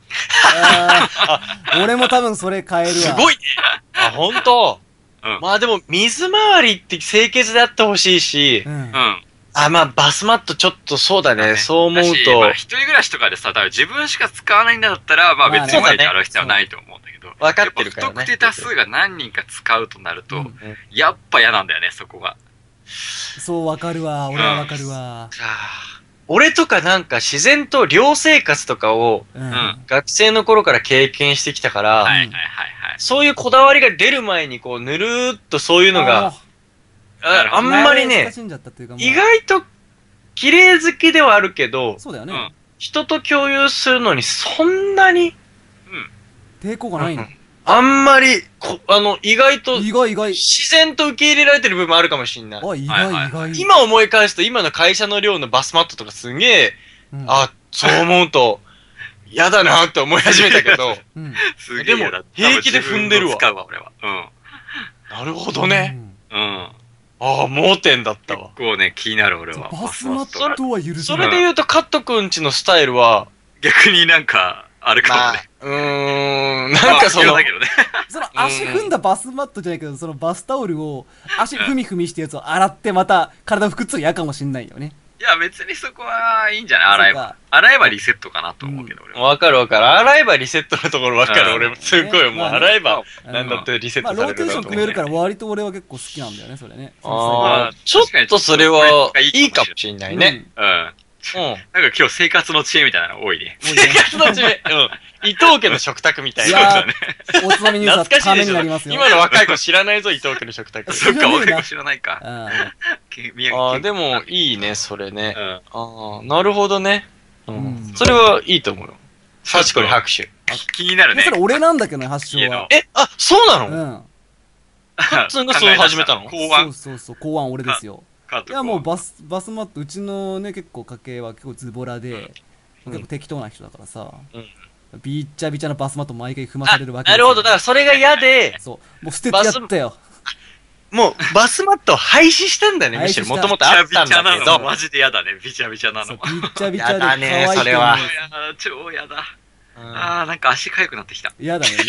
あー俺も多分それ変えるわ。 すごいね。あ、ほんと。 うん。 まあでも、水回りって清潔であってほしいし、 うん。 うん。 あ、まあバスマットちょっとそうだね。そう思うだしとまあ、、一人暮らしとかでさ、多分自分しか使わないんだったら、まあ別に毎日洗う必要はないと思うんだけど。 わかってるからねやっぱ不特定多数が何人か使うとなると、 うんやっぱ嫌なんだよね、そこが。 そう、わかるわ。俺はわかるわ。 あー俺とかなんか自然と寮生活とかをうん。 ん学生の頃から経験してきたから、 はいはいはいはい。 そういうこだわりが出る前にこう、ぬるーっとそういうのが、ああんまりね慣れ親、しんじゃったっていうかもう意外と綺麗好きではあるけど、 そうだよね。 うん。 人と共有するのにそんなに、 抵抗がないの。 あんまり、こあの、意外と意外意外。 自然と受け入れられてる部分あるかもしんない。 あ、意はいはい外意外。 今思い返すと今の会社の寮のバスマットとかすげえ、 うん、 あ、そう思うと、嫌だなって思い始めたけど、 うん。 すげえ嫌だ。 でも平気で踏んでるわ多分自分の使うわ、俺は。 なるほどね。 うん。うん。 ああ、盲点だったわ結。構ね、気になる俺うん。 は。 バスマットは許せそない。 れで言うと、カットくんちのスタイルは、 逆になんか、あれかまあもね。、 うーん、なんかそのまあ、だけどね。 その足踏んだバスマットじゃないけど、そのバスタオルを足踏み踏みしてやつを洗ってまた体を拭くっての嫌かもしんないよね。 いや、別にそこはいいんじゃない洗えばそうか。 洗えばリセットかなと思うけど、俺は。 わかるわかる。洗えばリセットのところわかる。 うん俺もすごい、もうまあね洗えば、 うんなんだってリセッまあ、 トされるローテーションだと思う。 組めるから割と俺は結構好きなんだよね、それね。 あああ、 ちょっとそれはいいかもしれないね。 うん。 うん。 なんか今日生活の知恵みたいなの多いね。 うん。もうね生活の知恵。うん。伊藤家の食卓みたいな。 いやそうだね。 おつまみニュースは懐かしいでしょためになります。よ。 今の若い子知らないぞ、伊藤家の食卓。 そっか、 知らねえな若い子知らないか。 う宮ああ、 城でもいいね、それね。 うん。 ああ、なるほどね。ううんん。それはいいと思うよ。幸子に拍手。 気になるん。 ね。 それ俺なんだけどね、発祥は。 え、あ、そうなのうん。 カッツンがそう始めたのそう考案そうそう、考案俺ですよ。 カートいやもうバス、バスマット、うちのね、結構家系は結構ズボラで、 うん結構適当な人だからさ、 うんびっちゃびちゃなバスマット毎回踏まさあ、 れるわけなるほど。だかだらそれが嫌で、 そう。もう捨ててやったよ。 もうバスマットを廃止したんだよね。むしろ廃止したもともとあビチったんャビチャなのだけど。 マジで嫌だね。ビチャビチャなの。 そう、びっちゃびちゃで可やだね愛いそれは人超嫌だ。 うんあー、なんか足痒くなってきた。 嫌だよね。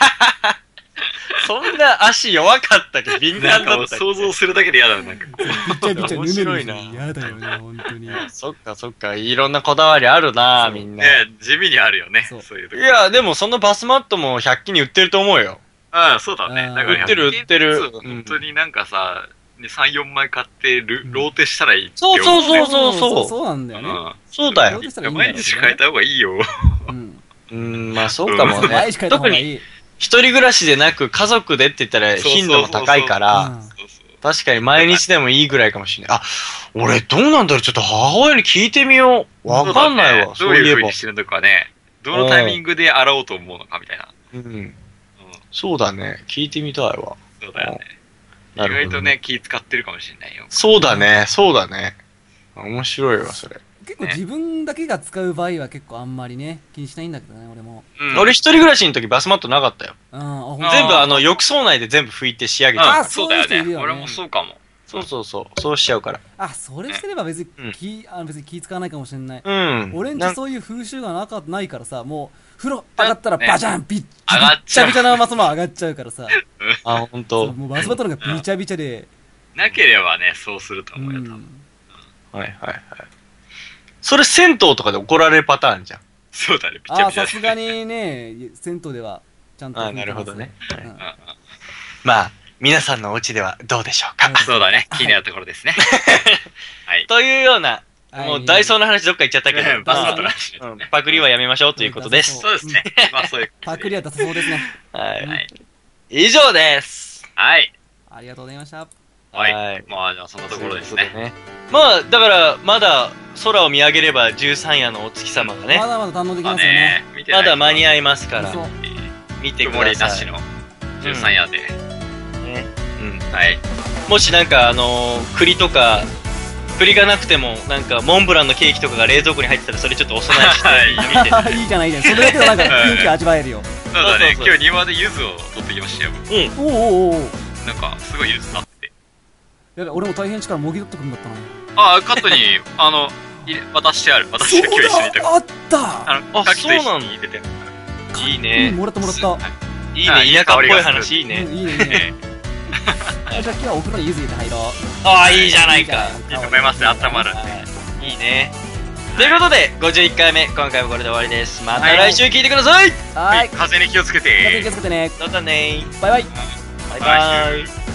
そんな足弱かったっけ敏なんかもう感だったっけ想像するだけで嫌だ。なんか。 びっちゃびちゃぬめ面白いなるし嫌だよね、本当に。 そっかそっか。いろんなこだわりあるなみんな。 ね地味にあるよね。 そうそういうとこ。 いや、でもそのバスマットもひゃく均に売ってると思うよ。 ああ、そうだね。 あーだから売ってる売ってるそう本当になんかさ、ねさん、よんまい買ってル、ローテしたらいいってそうそうそうそうそうそうなんだよね。 うそうだよどう。したん。 らいいんだろうね毎日変えた方がいいよ。 うん。 うーん、まあそうかもね毎日。変えた方特にがいい。 一人暮らしでなく家族でって言ったら頻度も高いかうら、 んそうそう。 確かに毎日でもいいぐらいかもしれない。あ、俺どうなんだろうちょっと母親に聞いてみよう。わかんないわ。 そそうういえばだねどういう風に。してるのかね。どのタイミングで洗おうと思うのかみたいな。 うん。 うん。 そうだね。聞いてみたいわ。 そうだよね。意なるほどね外とね、気使ってるかもしれないよ。 そうだね。そうだね。面白いわ、それ。 結構自分だけが使う場合は結構あんまりね、気にしないんだけどね、俺も。 うん俺一人暮らしの時バスマットなかったよ。 うん、あ、ほんとあー全部あの浴槽内で全部拭いて仕上げちゃう。 あそうだよね。 そういう人いるよね俺もそうかも。 そうそうそう。そうしちゃうから。 あ、それすれば別にうん気、あの別に気使わないかもしれない。 うん。 俺んなんちそういう風習がなかないからさ、もう、風呂上がったらねバジャンビッ上がっちゃうびちゃびちゃなまま上がっちゃうからさ、 あ、ほんそうと。 もうバスバトルがビチャビチャで、 なければね、そうするとう思うよ、多分。 ん。 はいはいはい。それ銭湯とかで怒られるパターンじゃん。 そうだね、ピチャあ、 ピチャさすがにね、銭湯ではちゃんとあ拭いてます。 なるほどねうんうんうんまあ、皆さんのお家ではどうでしょうか。 うんそうだね、気になるところですね。はい。 というような、 はいもうダイソーの話どっか行っちゃったけど、 バスマットのま話。 あうんパクリはやめましょうということです。 そうですね。まあそういうパクリは出さそうですね。 は。 はいい。 以上です。 はい。 ありがとうございました。 はい。 はいまあじゃあそんなところですね。 ということでね。まあ、だから、まだ空を見上げれば十三夜のお月様がねま、だまだ堪能できまあますよね。 ね、見てないまだ間に合い。 いますからそう、 見てく曇りださい。 なしのじゅうさん夜で。 ねうん。 はい。 もしなんかあのー栗とか、栗がなくても、なんか、モンブランのケーキとかが冷蔵庫に入ってたら、それちょっとお供えして、 はい見て。 いいじゃない、いいじゃない。それだけでなんか雰囲気味わえるよ。 そうだね、 そうそうそう今日庭で柚子を取ってきましたよ。 うん。 おうおうおうなんか、すごい柚子あって。 やべ、俺も大変力もぎ取ってくんだったな。 ああ、カットに、あの、入れ渡してある。私が今日一緒にいたから。 あったあの、 あカキと一緒そうなのに出てる。 いいね。 もらったもらった。 いいね、田舎っぽい話いいね。 いいね、いいね。じゃあ今日はお風呂にゆず入れて入ろう。 ああ、いいじゃないか。 いいと思いますね、温まるんで。 いいね。ということで、ごじゅういっかいめ、今回もこれで終わりです。また来週聞いてください。 はい。 風に気をつけて。 風に気をつけてね。 そうだね。 バイバイ。 バイバイ。